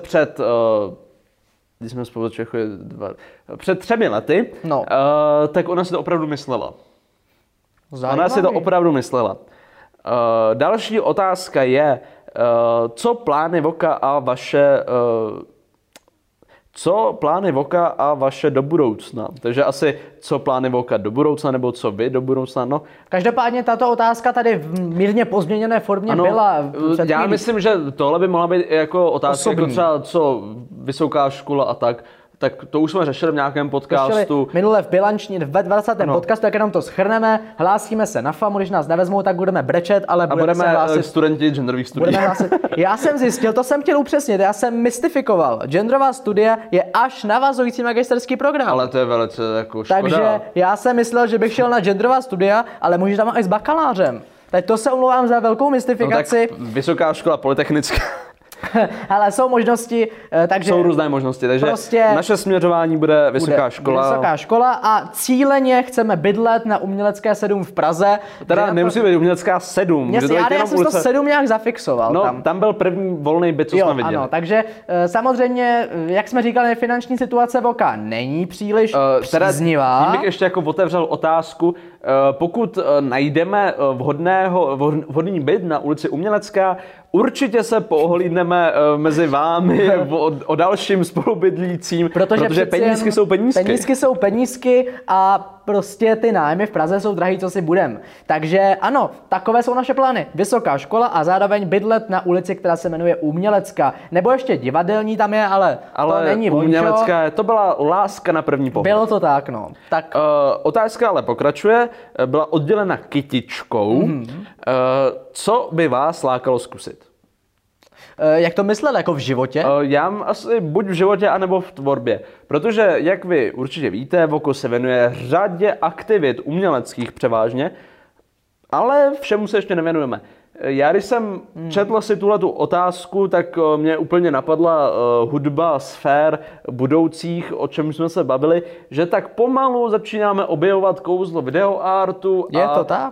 když jsme spolu před 3 lety, tak ona si to opravdu myslela. Zajímavý. Ona si to opravdu myslela. Další otázka je, co plány Voka a vaše... Co plány Voka a vaše do budoucna? Takže asi co plány Voka do budoucna, nebo co vy do budoucna, no. Každopádně tato otázka tady v mírně pozměněné formě byla. Já myslím, že tohle by mohla být jako otázka, jako třeba co vysoká škola a tak to už jsme řešili v nějakém podcastu. Minule v bilanční, ve 20. podcastu, jak jenom to shrneme, hlásíme se na FAMu, když nás nevezmou, tak budeme brečet, ale budeme se hlásit. Studenti genderových studií. Já jsem zjistil, to jsem chtěl upřesnit, já jsem mystifikoval. Genderová studia je až navazující magisterský program. Ale to je velice jako škoda. Takže já jsem myslel, že bych šel na genderová studia, ale můžeš tam i s bakalářem. Tak to se omlouvám za velkou mystifikaci. No tak vysoká škola polytechnická. Ale jsou možnosti, takže... Jsou různé možnosti, takže prostě naše směřování bude vysoká škola. Vysoká škola a cíleně chceme bydlet na Umělecké 7 v Praze. Teda nemusí být Umělecká 7. Já jsem to 7 nějak zafixoval. No, tam byl první volný byt, co jsme viděli. Ano, takže samozřejmě, jak jsme říkali, finanční situace Voka není příliš příznivá. Tím bych ještě jako otevřel otázku, pokud najdeme vhodný byt na ulici Umělecká, určitě se poohlídneme mezi vámi o dalším spolubydlícím, protože penízky jsou penízky. Penízky jsou penízky a prostě ty nájmy v Praze jsou drahý, co si budem. Takže ano, takové jsou naše plány. Vysoká škola a zároveň bydlet na ulici, která se jmenuje Umělecká. Nebo ještě divadelní tam je, ale to není Umělecká, to byla láska na první pohled. Bylo to tak, no. Tak. Otázka ale pokračuje. Byla oddělena kytičkou. Co by vás lákalo zkusit? Jak to myslel, jako v životě? Já asi buď v životě, anebo v tvorbě. Protože, jak vy určitě víte, Voko se věnuje řadě aktivit uměleckých převážně, ale všemu se ještě nevěnujeme. Já když jsem četl si tuhletu otázku, tak mě úplně napadla hudba sfér budoucích, o čem jsme se bavili, že tak pomalu začínáme objevovat kouzlo videoartu. Je to tak?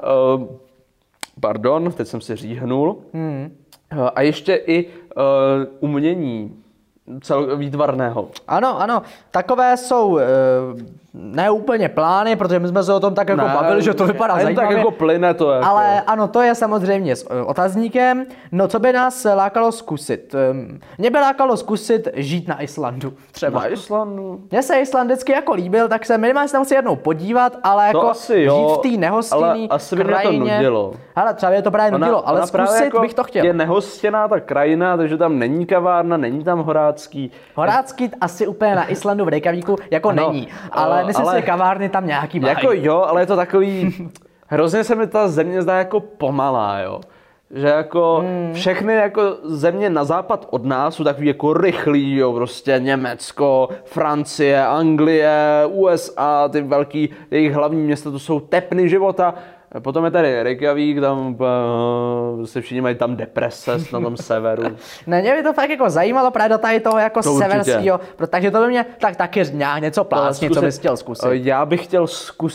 Pardon, teď jsem si říhnul. A ještě i umění výtvarného. Ano, takové jsou ne úplně plány, protože my jsme se o tom tak jako bavili, že to vypadá zajímavě. Tak jako plyne to. Jako. Ale ano, to je samozřejmě s otazníkem. No, co by nás lákalo zkusit? Mě by lákalo zkusit žít na Islandu třeba. Na Islandu? Mně se Island vždycky jako líbil, tak se minimálně tam chci jednou podívat, ale jako žít v té nehostinné krajině. To nudilo. Ale třeba je to právě nudilo, ale zkusit jako bych to chtěl. Je nehostinná ta krajina, takže tam není kavárna, není tam Horácký. Horácký asi úplně na Islandu v Reykjavíku jako není, ale myslím si, že kavárny tam nějaký mají. Jako jo, ale je to takový, hrozně se mi ta země zdá jako pomalá, jo. Že jako všechny jako země na západ od nás jsou takový jako rychlý, jo, prostě Německo, Francie, Anglie, USA, ty velký, jejich hlavní města, to jsou tepny života. Potom je tady Reykjavík, tam se všichni mají tam deprese na tom severu. Ne, mě by to fakt jako zajímalo právě do tady toho jako severského, takže to by mě taky nějak něco plásně, co bys chtěl zkusit. Já bych chtěl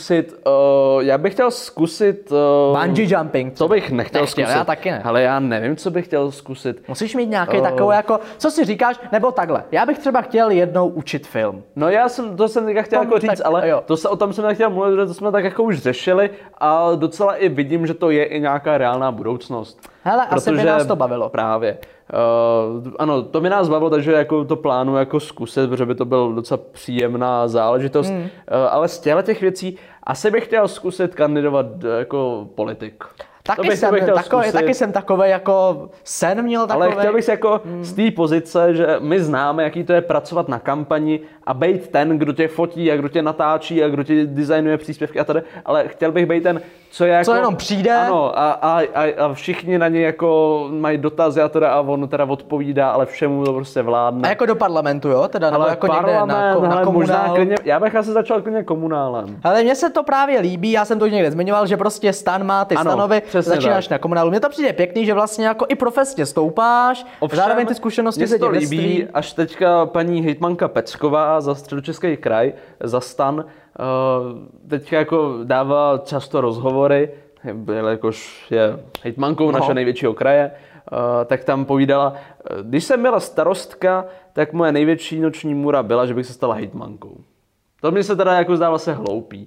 zkusit... Bungee jumping. To bych nechtěl zkusit. Já taky ne. Ale já nevím, co bych chtěl zkusit. Musíš mít nějaký takový jako, co si říkáš, nebo takhle. Já bych třeba chtěl jednou učit film. No to jsem teďka chtěl jako říct, ale o tom jsem nechtěl mluvit, že to jsme tak jako už řešili a docela i vidím, že to je i nějaká reálná budoucnost. Hele, asi by nás to bavilo. Právě. Ano, to by nás bavilo, takže jako to plánuji jako zkusit, protože by to byl docela příjemná záležitost. Ale z těch věcí asi bych chtěl zkusit kandidovat jako politik. Taky jsem takovej jako sen měl takovej. Ale chtěl bych si jako z té pozice, že my známe, jaký to je pracovat na kampani a být ten, kdo tě fotí a kdo tě natáčí a kdo tě designuje příspěvky a tady, ale chtěl bych být ten, co je jako... Co jenom přijde. Ano, a všichni na něj jako mají dotazy a on teda odpovídá, ale všemu to prostě vládne. A jako do parlamentu, jo? Teda, nebo jako někde na komunál. Já bych asi začal klidně komunálem. Ale mně se to právě líbí, já jsem to někde zmiňoval, že prostě stan má ty stanovy, začínáš na komunálu. Mně to přijde pěkný, že vlastně jako i profesně stoupáš, zároveň ty zkušenosti se ti líbí, až teďka paní hejtmanka Pecková za Středočeský kraj, za stan, teďka jako dává často rozhovory, jakož je hejtmankou našeho největšího kraje, tak tam povídala, když jsem byla starostka, tak moje největší noční můra byla, že bych se stala hejtmankou. To mi se teda jako zdává se hloupý.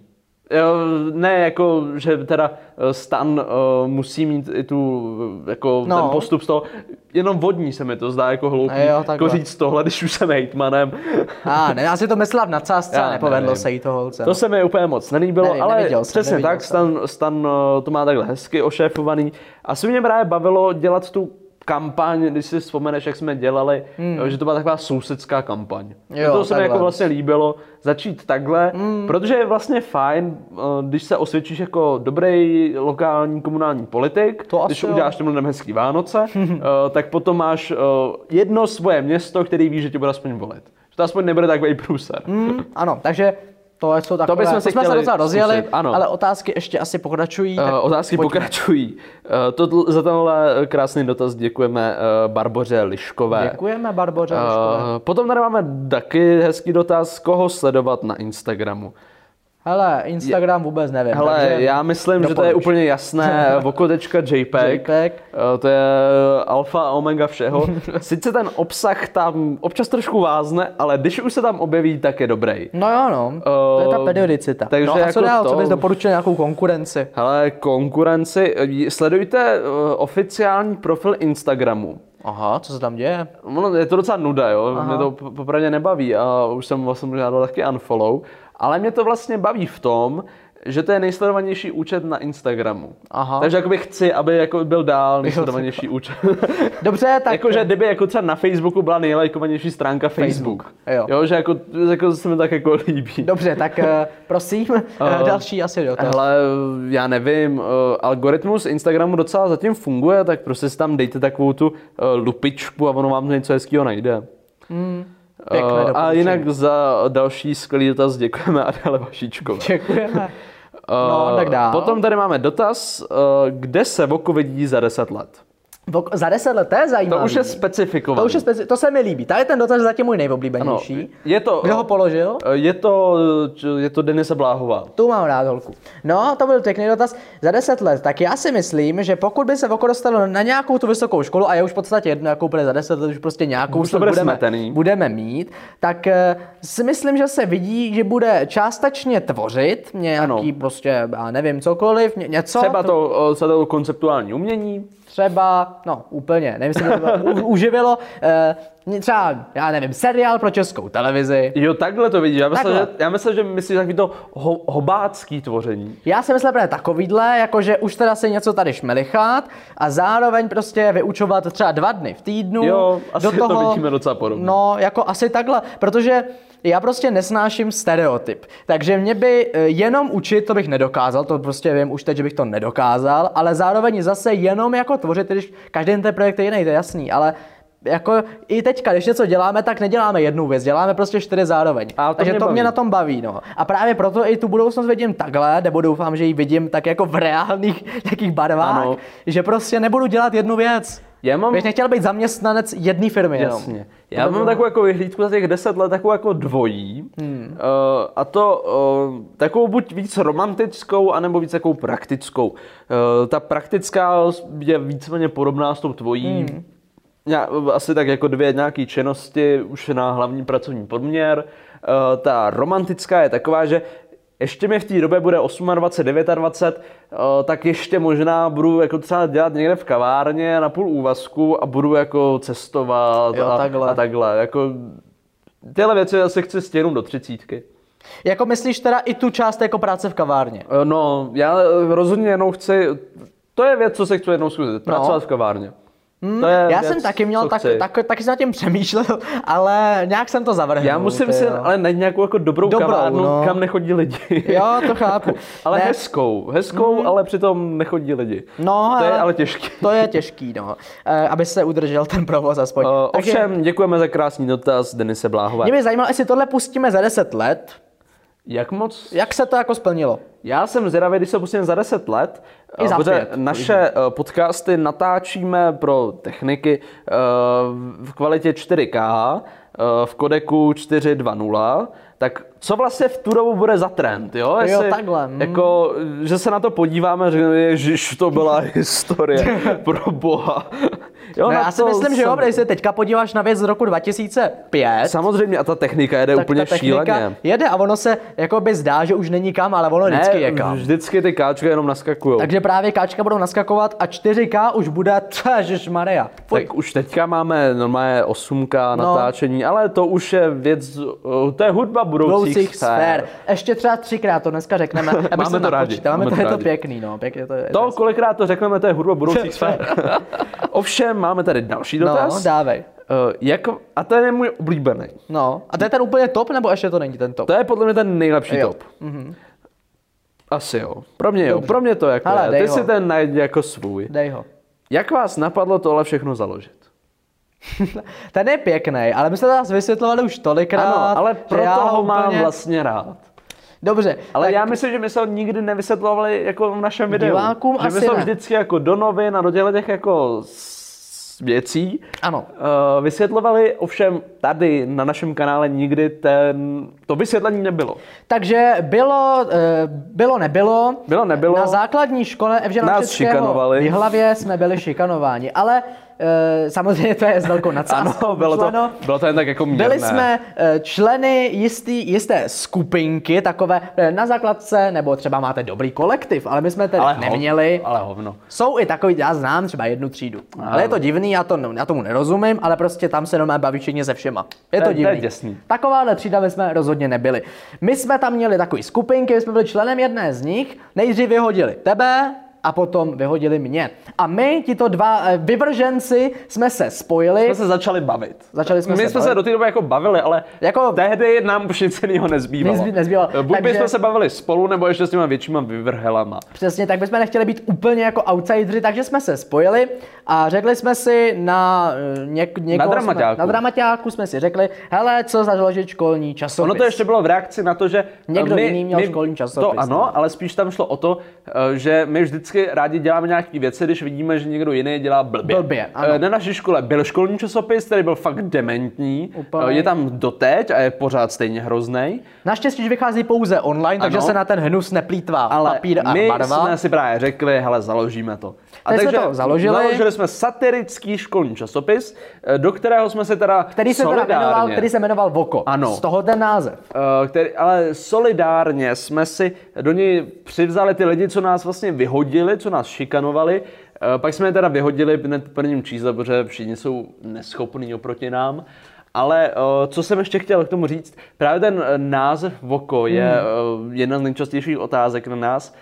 Ne, jako, že teda stan musí mít i tu, jako ten postup z toho, jenom vodní se mi to zdá jako hloupý, jako říct tohle, když už jsem hejtmanem. Ne, já si to myslela v nadsázce a nepovedlo se jí to holce. To se mi úplně moc nelíbilo, ale přesně tak, stan to má takhle hezky ošéfovaný. Asi mě právě bavilo dělat tu kampaň, když si vzpomeneš, jak jsme dělali, že to byla taková sousedská kampaň. To se mi jako vlastně líbilo začít takhle, protože je vlastně fajn, když se osvědčíš jako dobrý lokální komunální politik, když uděláš těm lidem hezký Vánoce, tak potom máš jedno svoje město, který ví, že tě bude aspoň volit. Že to aspoň nebude takový průser. Ano, takže to jsou takové, to jsme se docela rozjeli, ale otázky ještě asi pokračují. Otázky pokračují. Za tenhle krásný dotaz děkujeme Barboře Liškové. Děkujeme Barboře Liškové. Potom tady máme taky hezký dotaz, koho sledovat na Instagramu. Hele, Instagram vůbec nevím. Hele, já myslím, že to je úplně jasné. Voko.jpg. To je alfa a omega všeho. Sice ten obsah tam občas trošku vázne, ale když už se tam objeví, tak je dobrý. No jo, no. To je ta periodicita. Takže a co dál? Co bys doporučil nějakou konkurenci? Hele, konkurenci. Sledujte oficiální profil Instagramu. Aha, co se tam děje? No, je to docela nuda, jo. Mě to popravdě nebaví a už jsem vlastně žádal taky unfollow. Ale mě to vlastně baví v tom, že to je nejsledovanější účet na Instagramu. Aha. Takže jakoby chci, aby jako byl dál nejsledovanější účet. Dobře, tak... Jakože kdyby jako třeba na Facebooku byla nejlajkovanější stránka Facebook. Jo, že jako se mi tak jako líbí. Dobře, tak prosím, další asi dotaz. Hele, já nevím, algoritmus Instagramu docela zatím funguje, tak prostě si tam dejte takovou tu lupičku a ono vám něco hezkýho najde. A jinak za další skvělý dotaz děkujeme Adele Vašíčkové. Děkujeme. No, tak dál. Potom tady máme dotaz, kde se Voko vidí za 10 let? Za 10 let, to je zajímavé. To už je specifikované. To se mi líbí. Tady ten dotaz je zatím můj nejoblíbenější. Ano, je to, kdo ho položil? Je to Denisa Bláhová. Tu mám rád, holku. No, to byl pěkný dotaz. Za 10 let, tak já si myslím, že pokud by se Voko dostalo na nějakou tu vysokou školu, a je už v podstatě jedno, jakou bude za 10 let, už prostě nějakou budeme mít, tak si myslím, že se vidí, že bude částečně tvořit nějaký prostě, já nevím, cokoliv, něco. Třeba to konceptuální umění. Třeba, no úplně, nevím, jestli to uživilo, třeba, já nevím, seriál pro Českou televizi. Jo, takhle to vidíš, já myslím, že myslíš takový to hobácký tvoření. Já si myslím, že takovýhle, jakože už teda si něco tady šmelichat a zároveň prostě vyučovat třeba 2 dny v týdnu. Jo, asi do toho, to vidíme docela podobně. No, jako asi takhle, protože já prostě nesnáším stereotyp, takže mě by jenom učit, to bych nedokázal, to prostě vím už teď, že bych to nedokázal, ale zároveň zase jenom jako tvořit, když každý ten projekt je jiný, to je jasný, ale jako i teďka, když něco děláme, tak neděláme jednu věc, děláme prostě 4 zároveň. Takže to mě na tom baví, no. A právě proto i tu budoucnost vidím takhle, nebo doufám, že ji vidím tak jako v reálných nějakých barvách, ano. Že prostě nebudu dělat jednu věc. Bych nechtěl být zaměstnanec jedné firmy. Jasně. Jenom. Já mám takovou jako vyhlídku za těch 10 let, takovou jako dvojí. A to takovou buď víc romantickou, anebo víc takovou praktickou. Ta praktická je víceméně podobná s tou tvojí. Asi tak jako 2 nějaké činnosti už na hlavní pracovní poměr. Ta romantická je taková, že ještě mi v té době bude 28, 29, tak ještě možná budu jako třeba dělat někde v kavárně na půl úvazku a budu jako cestovat a takhle. Jako, tyhle věci asi chci stěhnout do 30. Jako myslíš teda i tu část jako práce v kavárně? No, já rozhodně jenom chci, to je věc, co se chci jednou zkusit, pracovat v kavárně. Já jsem taky měl, taky jsem nad tím přemýšlel, ale nějak jsem to zavrhnul. Já musím si ale najít nějakou jako dobrou kavárnu, kam nechodí lidi. Jo, to chápu. Ale hezkou, ale přitom nechodí lidi. No, to je ale těžký. To je těžký, no. Aby se udržel ten provoz aspoň. Ovšem, děkujeme za krásný dotaz Denise Bláhové. Mě by zajímalo, jestli tohle pustíme za 10 let. Jak moc? Jak se to jako splnilo? Já jsem zvědavý, když se pustíme za 10 let. I za 5. Naše podcasty natáčíme pro techniky v kvalitě 4K, v kodeku 4.2.0. Tak co vlastně v tu dobu bude za trend, jo? Jo, takhle. Jako, že se na to podíváme a řekneme, ježiš, to byla historie, pro boha. Jo, No, já si myslím, že jo, když se teďka podíváš na věc z roku 2005. Samozřejmě a ta technika jede úplně šíleně. Jede a ono se jakoby zdá, že už není kam, ale ono vždycky je kam. Vždycky ty káčka jenom naskakujou. Takže právě káčka budou naskakovat a 4K už bude, ježišmarja. Tak už teďka máme normálně 8K natáčení, ale to už je věc, to je hudba budoucích sfér. Ještě třeba 3krát to dneska řekneme. Máme to rádi. Máme to, je to pěkný, no. Pěkně to je. To, kolikrát to řekneme, to je hudba budoucích sfér. Ovšem, máme tady další dotaz. No, dávej. A to je můj oblíbený. No, a to je ten úplně top, nebo ještě to není ten top? To je podle mě ten nejlepší top. Asi jo. Pro mě jo. Pro mě to jako je. Ty si ten najdi jako svůj. Dej ho. Jak vás napadlo tohle všechno založit? Ten je pěkný, ale my jsme to vysvětlovali už tolikrát. Ano, ale proto ho mám vlastně rád. Dobře. Ale já myslím, že my se ho nikdy nevysvětlovali jako v našem videu. Divákům že my jsme vždycky jako do novin a do těch jako věcí ano. Vysvětlovali, ovšem tady na našem kanále nikdy to vysvětlení nebylo. Takže bylo, nebylo. Na základní škole Evžena Českého v Jihlavě jsme byli šikanováni, ale samozřejmě to je s velkou nadsázkou. Ano, bylo to jen tak jako měrné. Byli jsme členy jisté skupinky, takové na základce, nebo třeba máte dobrý kolektiv, ale my jsme tedy neměli. Ale hovno. Jsou i takový, já znám třeba jednu třídu. Ale je to divný, já tomu nerozumím, ale prostě tam se normálně baví všichni se všema. Je to divný. To je děsný. Takováhle třída my jsme rozhodně nebyli. My jsme tam měli takový skupinky, my jsme byli členem jedné z nich, nejdřív vyhodili tebe, a potom vyhodili mě. A my, tito dva vyvrženci, jsme se spojili. Jsme se začali bavit. My jsme se do té doby jako bavili, ale tehdy nám už nic jiného nezbývalo. Buď bychom se bavili spolu, nebo ještě s těma většíma vyvrhelama. Přesně, tak bychom nechtěli být úplně jako outsideri, takže jsme se spojili a řekli jsme si na dramaťáku jsme si řekli, hele, co založit školní časopis. Ono to ještě bylo v reakci na to, že někdo jiný měl školní časopis. To ano, ale spíš tam šlo o to, že my vždycky rádi děláme nějaké věci, když vidíme, že někdo jiný dělá blbě. Na naší škole byl školní časopis, který byl fakt dementní. Úplně. Je tam doteď a je pořád stejně hroznej. Naštěstí, že vychází pouze online, takže se na ten hnus neplýtvá papír a barva. My jsme si právě řekli, hele, založíme to. A takže jsme to založili jsme satirický školní časopis, do kterého jsme se teda který se jmenoval Voko. Ano. Z toho ten název. Ale solidárně jsme si do něj přivzali ty lidi, co nás vlastně vyhodili, co nás šikanovali. Pak jsme je teda vyhodili hned v prvním čísle, protože všichni jsou neschopní oproti nám. Ale co jsem ještě chtěl k tomu říct, právě ten název Voko je jedna z nejčastějších otázek na nás.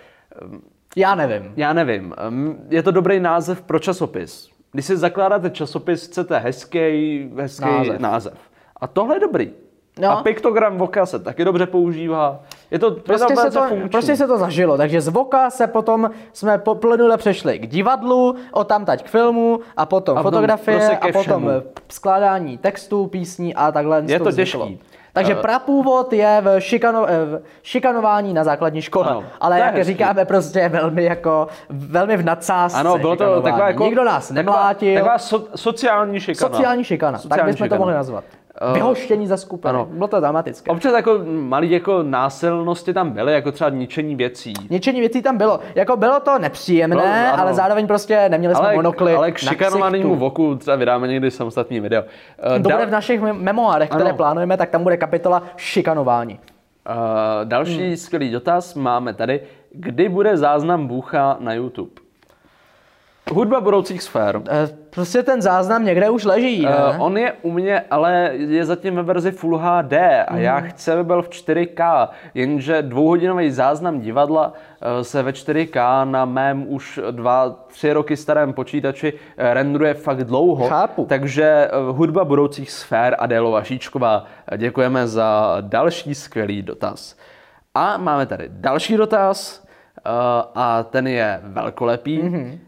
Já nevím. Je to dobrý název pro časopis. Když si zakládáte časopis, chcete hezký název. A tohle je dobrý. No. A piktogram Voka se taky dobře používá. Je to prostě se to zažilo, takže z Voka se potom jsme plynule přešli k divadlu, odtamtať k filmu a potom fotografie prostě a potom skládání textů, písní a takhle. Je to těžký. Takže prapůvod je v šikanování na základní škole. Ano, ale jak říkáme, prostě velmi v nadsázce. Ano, bylo to taková jako... Nikdo nás nemlátil. Taková sociální šikana. Tak bychom to mohli nazvat. Vyhoštění za skupinu. Bylo to dramatické. Občas jako malý jako násilnosti tam byly, jako třeba ničení věcí. Ničení věcí tam bylo. Jako bylo to nepříjemné, ale zároveň prostě neměli jsme monokly. Ale k šikanovanému Voku třeba vydáme někdy samostatný video. To bude v našich memoárech, které plánujeme, tak tam bude kapitola šikanování. Další skvělý dotaz máme tady. Kdy bude záznam Bůcha na YouTube? Hudba budoucích sfér. Prostě ten záznam někde už leží, ne? On je u mě, ale je zatím ve verzi Full HD a já chci, aby byl v 4K, jenže dvouhodinový záznam divadla se ve 4K na mém už 2-3 roky starém počítači rendruje fakt dlouho. Chápu. Takže hudba budoucích sfér Adélova Šíčková. Děkujeme za další skvělý dotaz. A máme tady další dotaz a ten je velkolepý.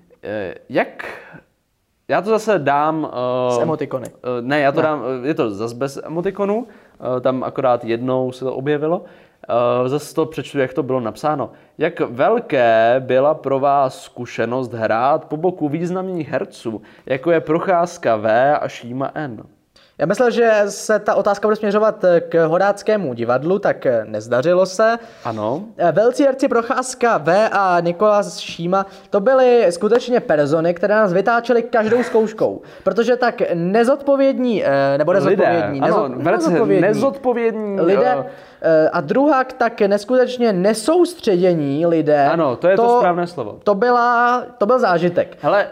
Já to zase dám... z emotikony. Ne, já to dám, je to zase bez emotikonu, tam akorát jednou se to objevilo. Zase to přečtu, jak to bylo napsáno. Jak velké byla pro vás zkušenost hrát po boku významných herců, jako je Procházka V a Šíma N? Já myslel, že se ta otázka bude směřovat k Horáckému divadlu, tak nezdařilo se. Ano. Velcí herci Procházka V a Nikolas Šíma, to byly skutečně persony, které nás vytáčely každou zkouškou. Protože tak nezodpovědní, nebo nezodpovědní, nezodpovědní lidé, a druhá tak neskutečně nesoustředění lidé. Ano, to je to správné slovo. To byl zážitek. Hele,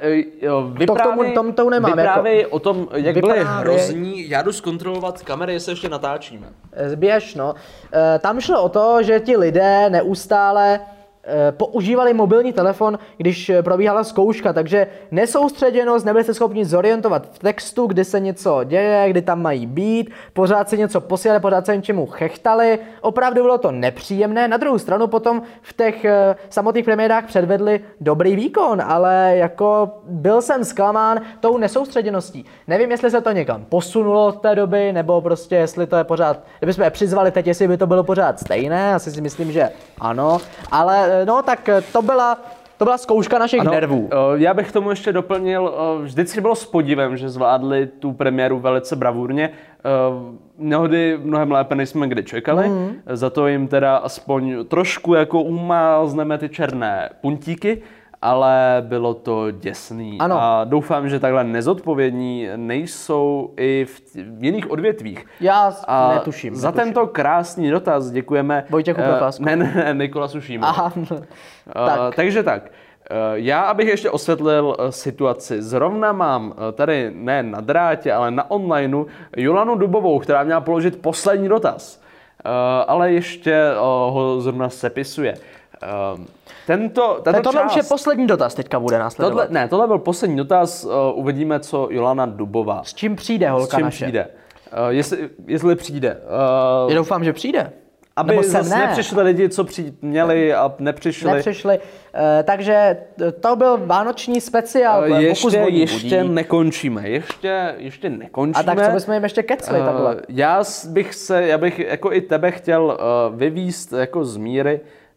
vyprávěj o tom, jak byli hrozní. Já jdu zkontrolovat kamery, jestli ještě natáčíme. Zběž, no. Tam šlo o to, že ti lidé neustále používali mobilní telefon, když probíhala zkouška, takže nesoustředěnost, nebyli jste schopni zorientovat v textu, kdy se něco děje, kdy tam mají být, pořád si něco posílali, pořád se něčemu chechtali, opravdu bylo to nepříjemné. Na druhou stranu potom v těch samotných premiérách předvedli dobrý výkon, ale jako byl jsem zklamán tou nesoustředěností. Nevím, jestli se to někam posunulo od té doby, nebo prostě jestli to je pořád, kdybychom je přizvali teď, jestli by to bylo pořád stejné, asi si myslím, že ano, ale no, tak to byla zkouška našich nervů. Já bych k tomu ještě doplnil, vždycky bylo s podivem, že zvládli tu premiéru velice bravurně. Mnohdy mnohem lépe, než jsme kdy čekali. Za to jim teda aspoň trošku jako umázneme ty černé puntíky, ale bylo to děsný. Ano. A doufám, že takhle nezodpovědní nejsou i v jiných odvětvích. Já netuším. Za tento krásný dotaz děkujeme Vojtěchu Procházku. Ne, Nikolasu Šímovi. Aha. Takže tak. Já, abych ještě osvětlil situaci, zrovna mám tady ne na drátě, ale na onlineu Jolanu Dubovou, která měla položit poslední dotaz, ale ještě ho zrovna sepisuje. Tohle už je poslední dotaz, teďka bude následovat. Tohle byl poslední dotaz, uvidíme, co Jolana Dubová. S čím přijde holka naše? S čím přijde. Jestli přijde. Já doufám, že přijde. Aby zase nepřišli lidi, co měli a nepřišli. Takže to byl vánoční speciál. Ještě nekončíme. Ještě nekončíme. A tak co bychom jim ještě kecli takhle? Já bych jako i tebe chtěl vyvízt jako z míry.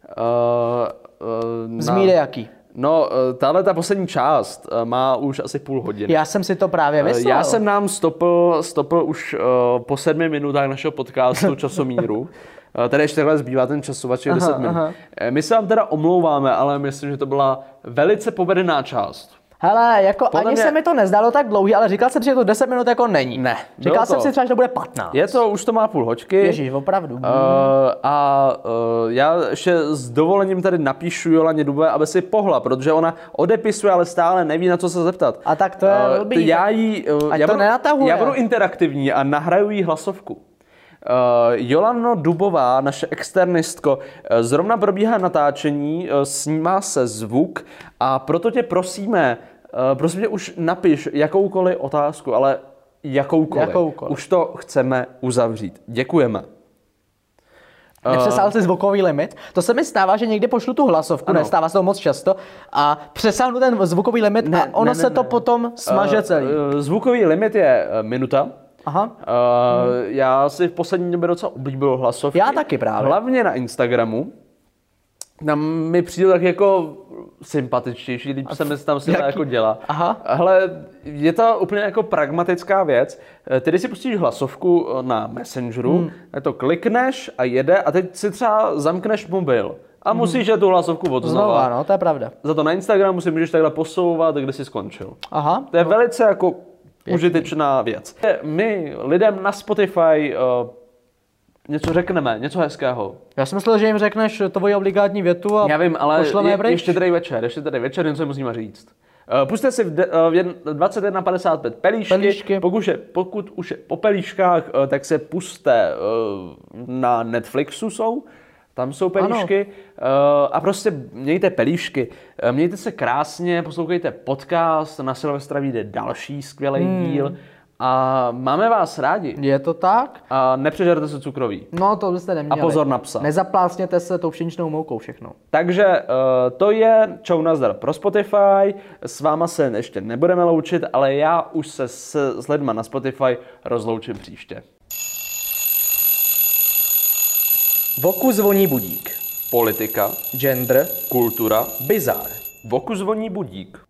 Z míry jaký? No, tahle ta poslední část má už asi půl hodiny. Já jsem si to právě myslel. Já jsem nám stopl už po 7 minutách našeho podcastu časomíru. Tady ještě takhle zbývá ten časovač 10 minut. My se vám teda omlouváme, ale myslím, že to byla velice povedená část. Hele, jako ani se mi to nezdalo tak dlouhý, ale říkal jsem si, že to 10 minut jako není. Ne. Říkal jsem si třeba, že to bude 15. Už to má půl hoďky. Ježíš, opravdu. Já ještě s dovolením tady napíšu Jolaně Dubové, aby si pohla, protože ona odepisuje, ale stále neví, na co se zeptat. A tak to je blbý. Já budu interaktivní a nahraju jí hlasovku. Jolano Dubová, naše externistko, zrovna probíhá natáčení, snímá se zvuk a proto tě prosíme, prosím tě už napiš jakoukoliv otázku, ale jakoukoliv. Už to chceme uzavřít. Děkujeme. Nepřesáhl jsi zvukový limit? To se mi stává, že někdy pošlu tu hlasovku, nestává se to moc často, a přesáhnu ten zvukový limit a ono se to potom smaže celý. Zvukový limit je minuta. Aha. Já si v poslední době docela oblíbil hlasovky. Já taky právě. Hlavně na Instagramu. Tam mi přijde tak jako sympatičtější, když se mi tam jako dělá. Aha. Hele, je to úplně jako pragmatická věc. Ty, když si pustíš hlasovku na Messengeru, tak to klikneš a jede a teď si třeba zamkneš mobil. A musíš tu hlasovku odznova. No, to je pravda. Za to na Instagramu si můžeš takhle posouvat, kde jsi skončil. Aha. To je velice jako užitečná věc. My lidem na Spotify něco řekneme, něco hezkého. Já jsem myslel, že jim řekneš tvoji obligátní větu a já vím, ale ještě tady večer něco musíme říct. Pusťte si v 21:55 pelíšky. Pokud už je po pelíškách, tak se puste na Netflixu tam jsou pelíšky. A prostě mějte pelíšky. Mějte se krásně, poslouchejte podcast, na Silvestra vyjde další skvělý díl. A máme vás rádi. Je to tak? A nepřežerte se cukroví. No, to byste neměli. A pozor na psa. Nezaplácněte se tou pšeničnou moukou všechno. Takže to je Čau nazdar pro Spotify. S váma se ještě nebudeme loučit, ale já už se s lidma na Spotify rozloučím příště. V oku zvoní budík. Politika. Gender. Kultura. Bizár. V oku zvoní budík.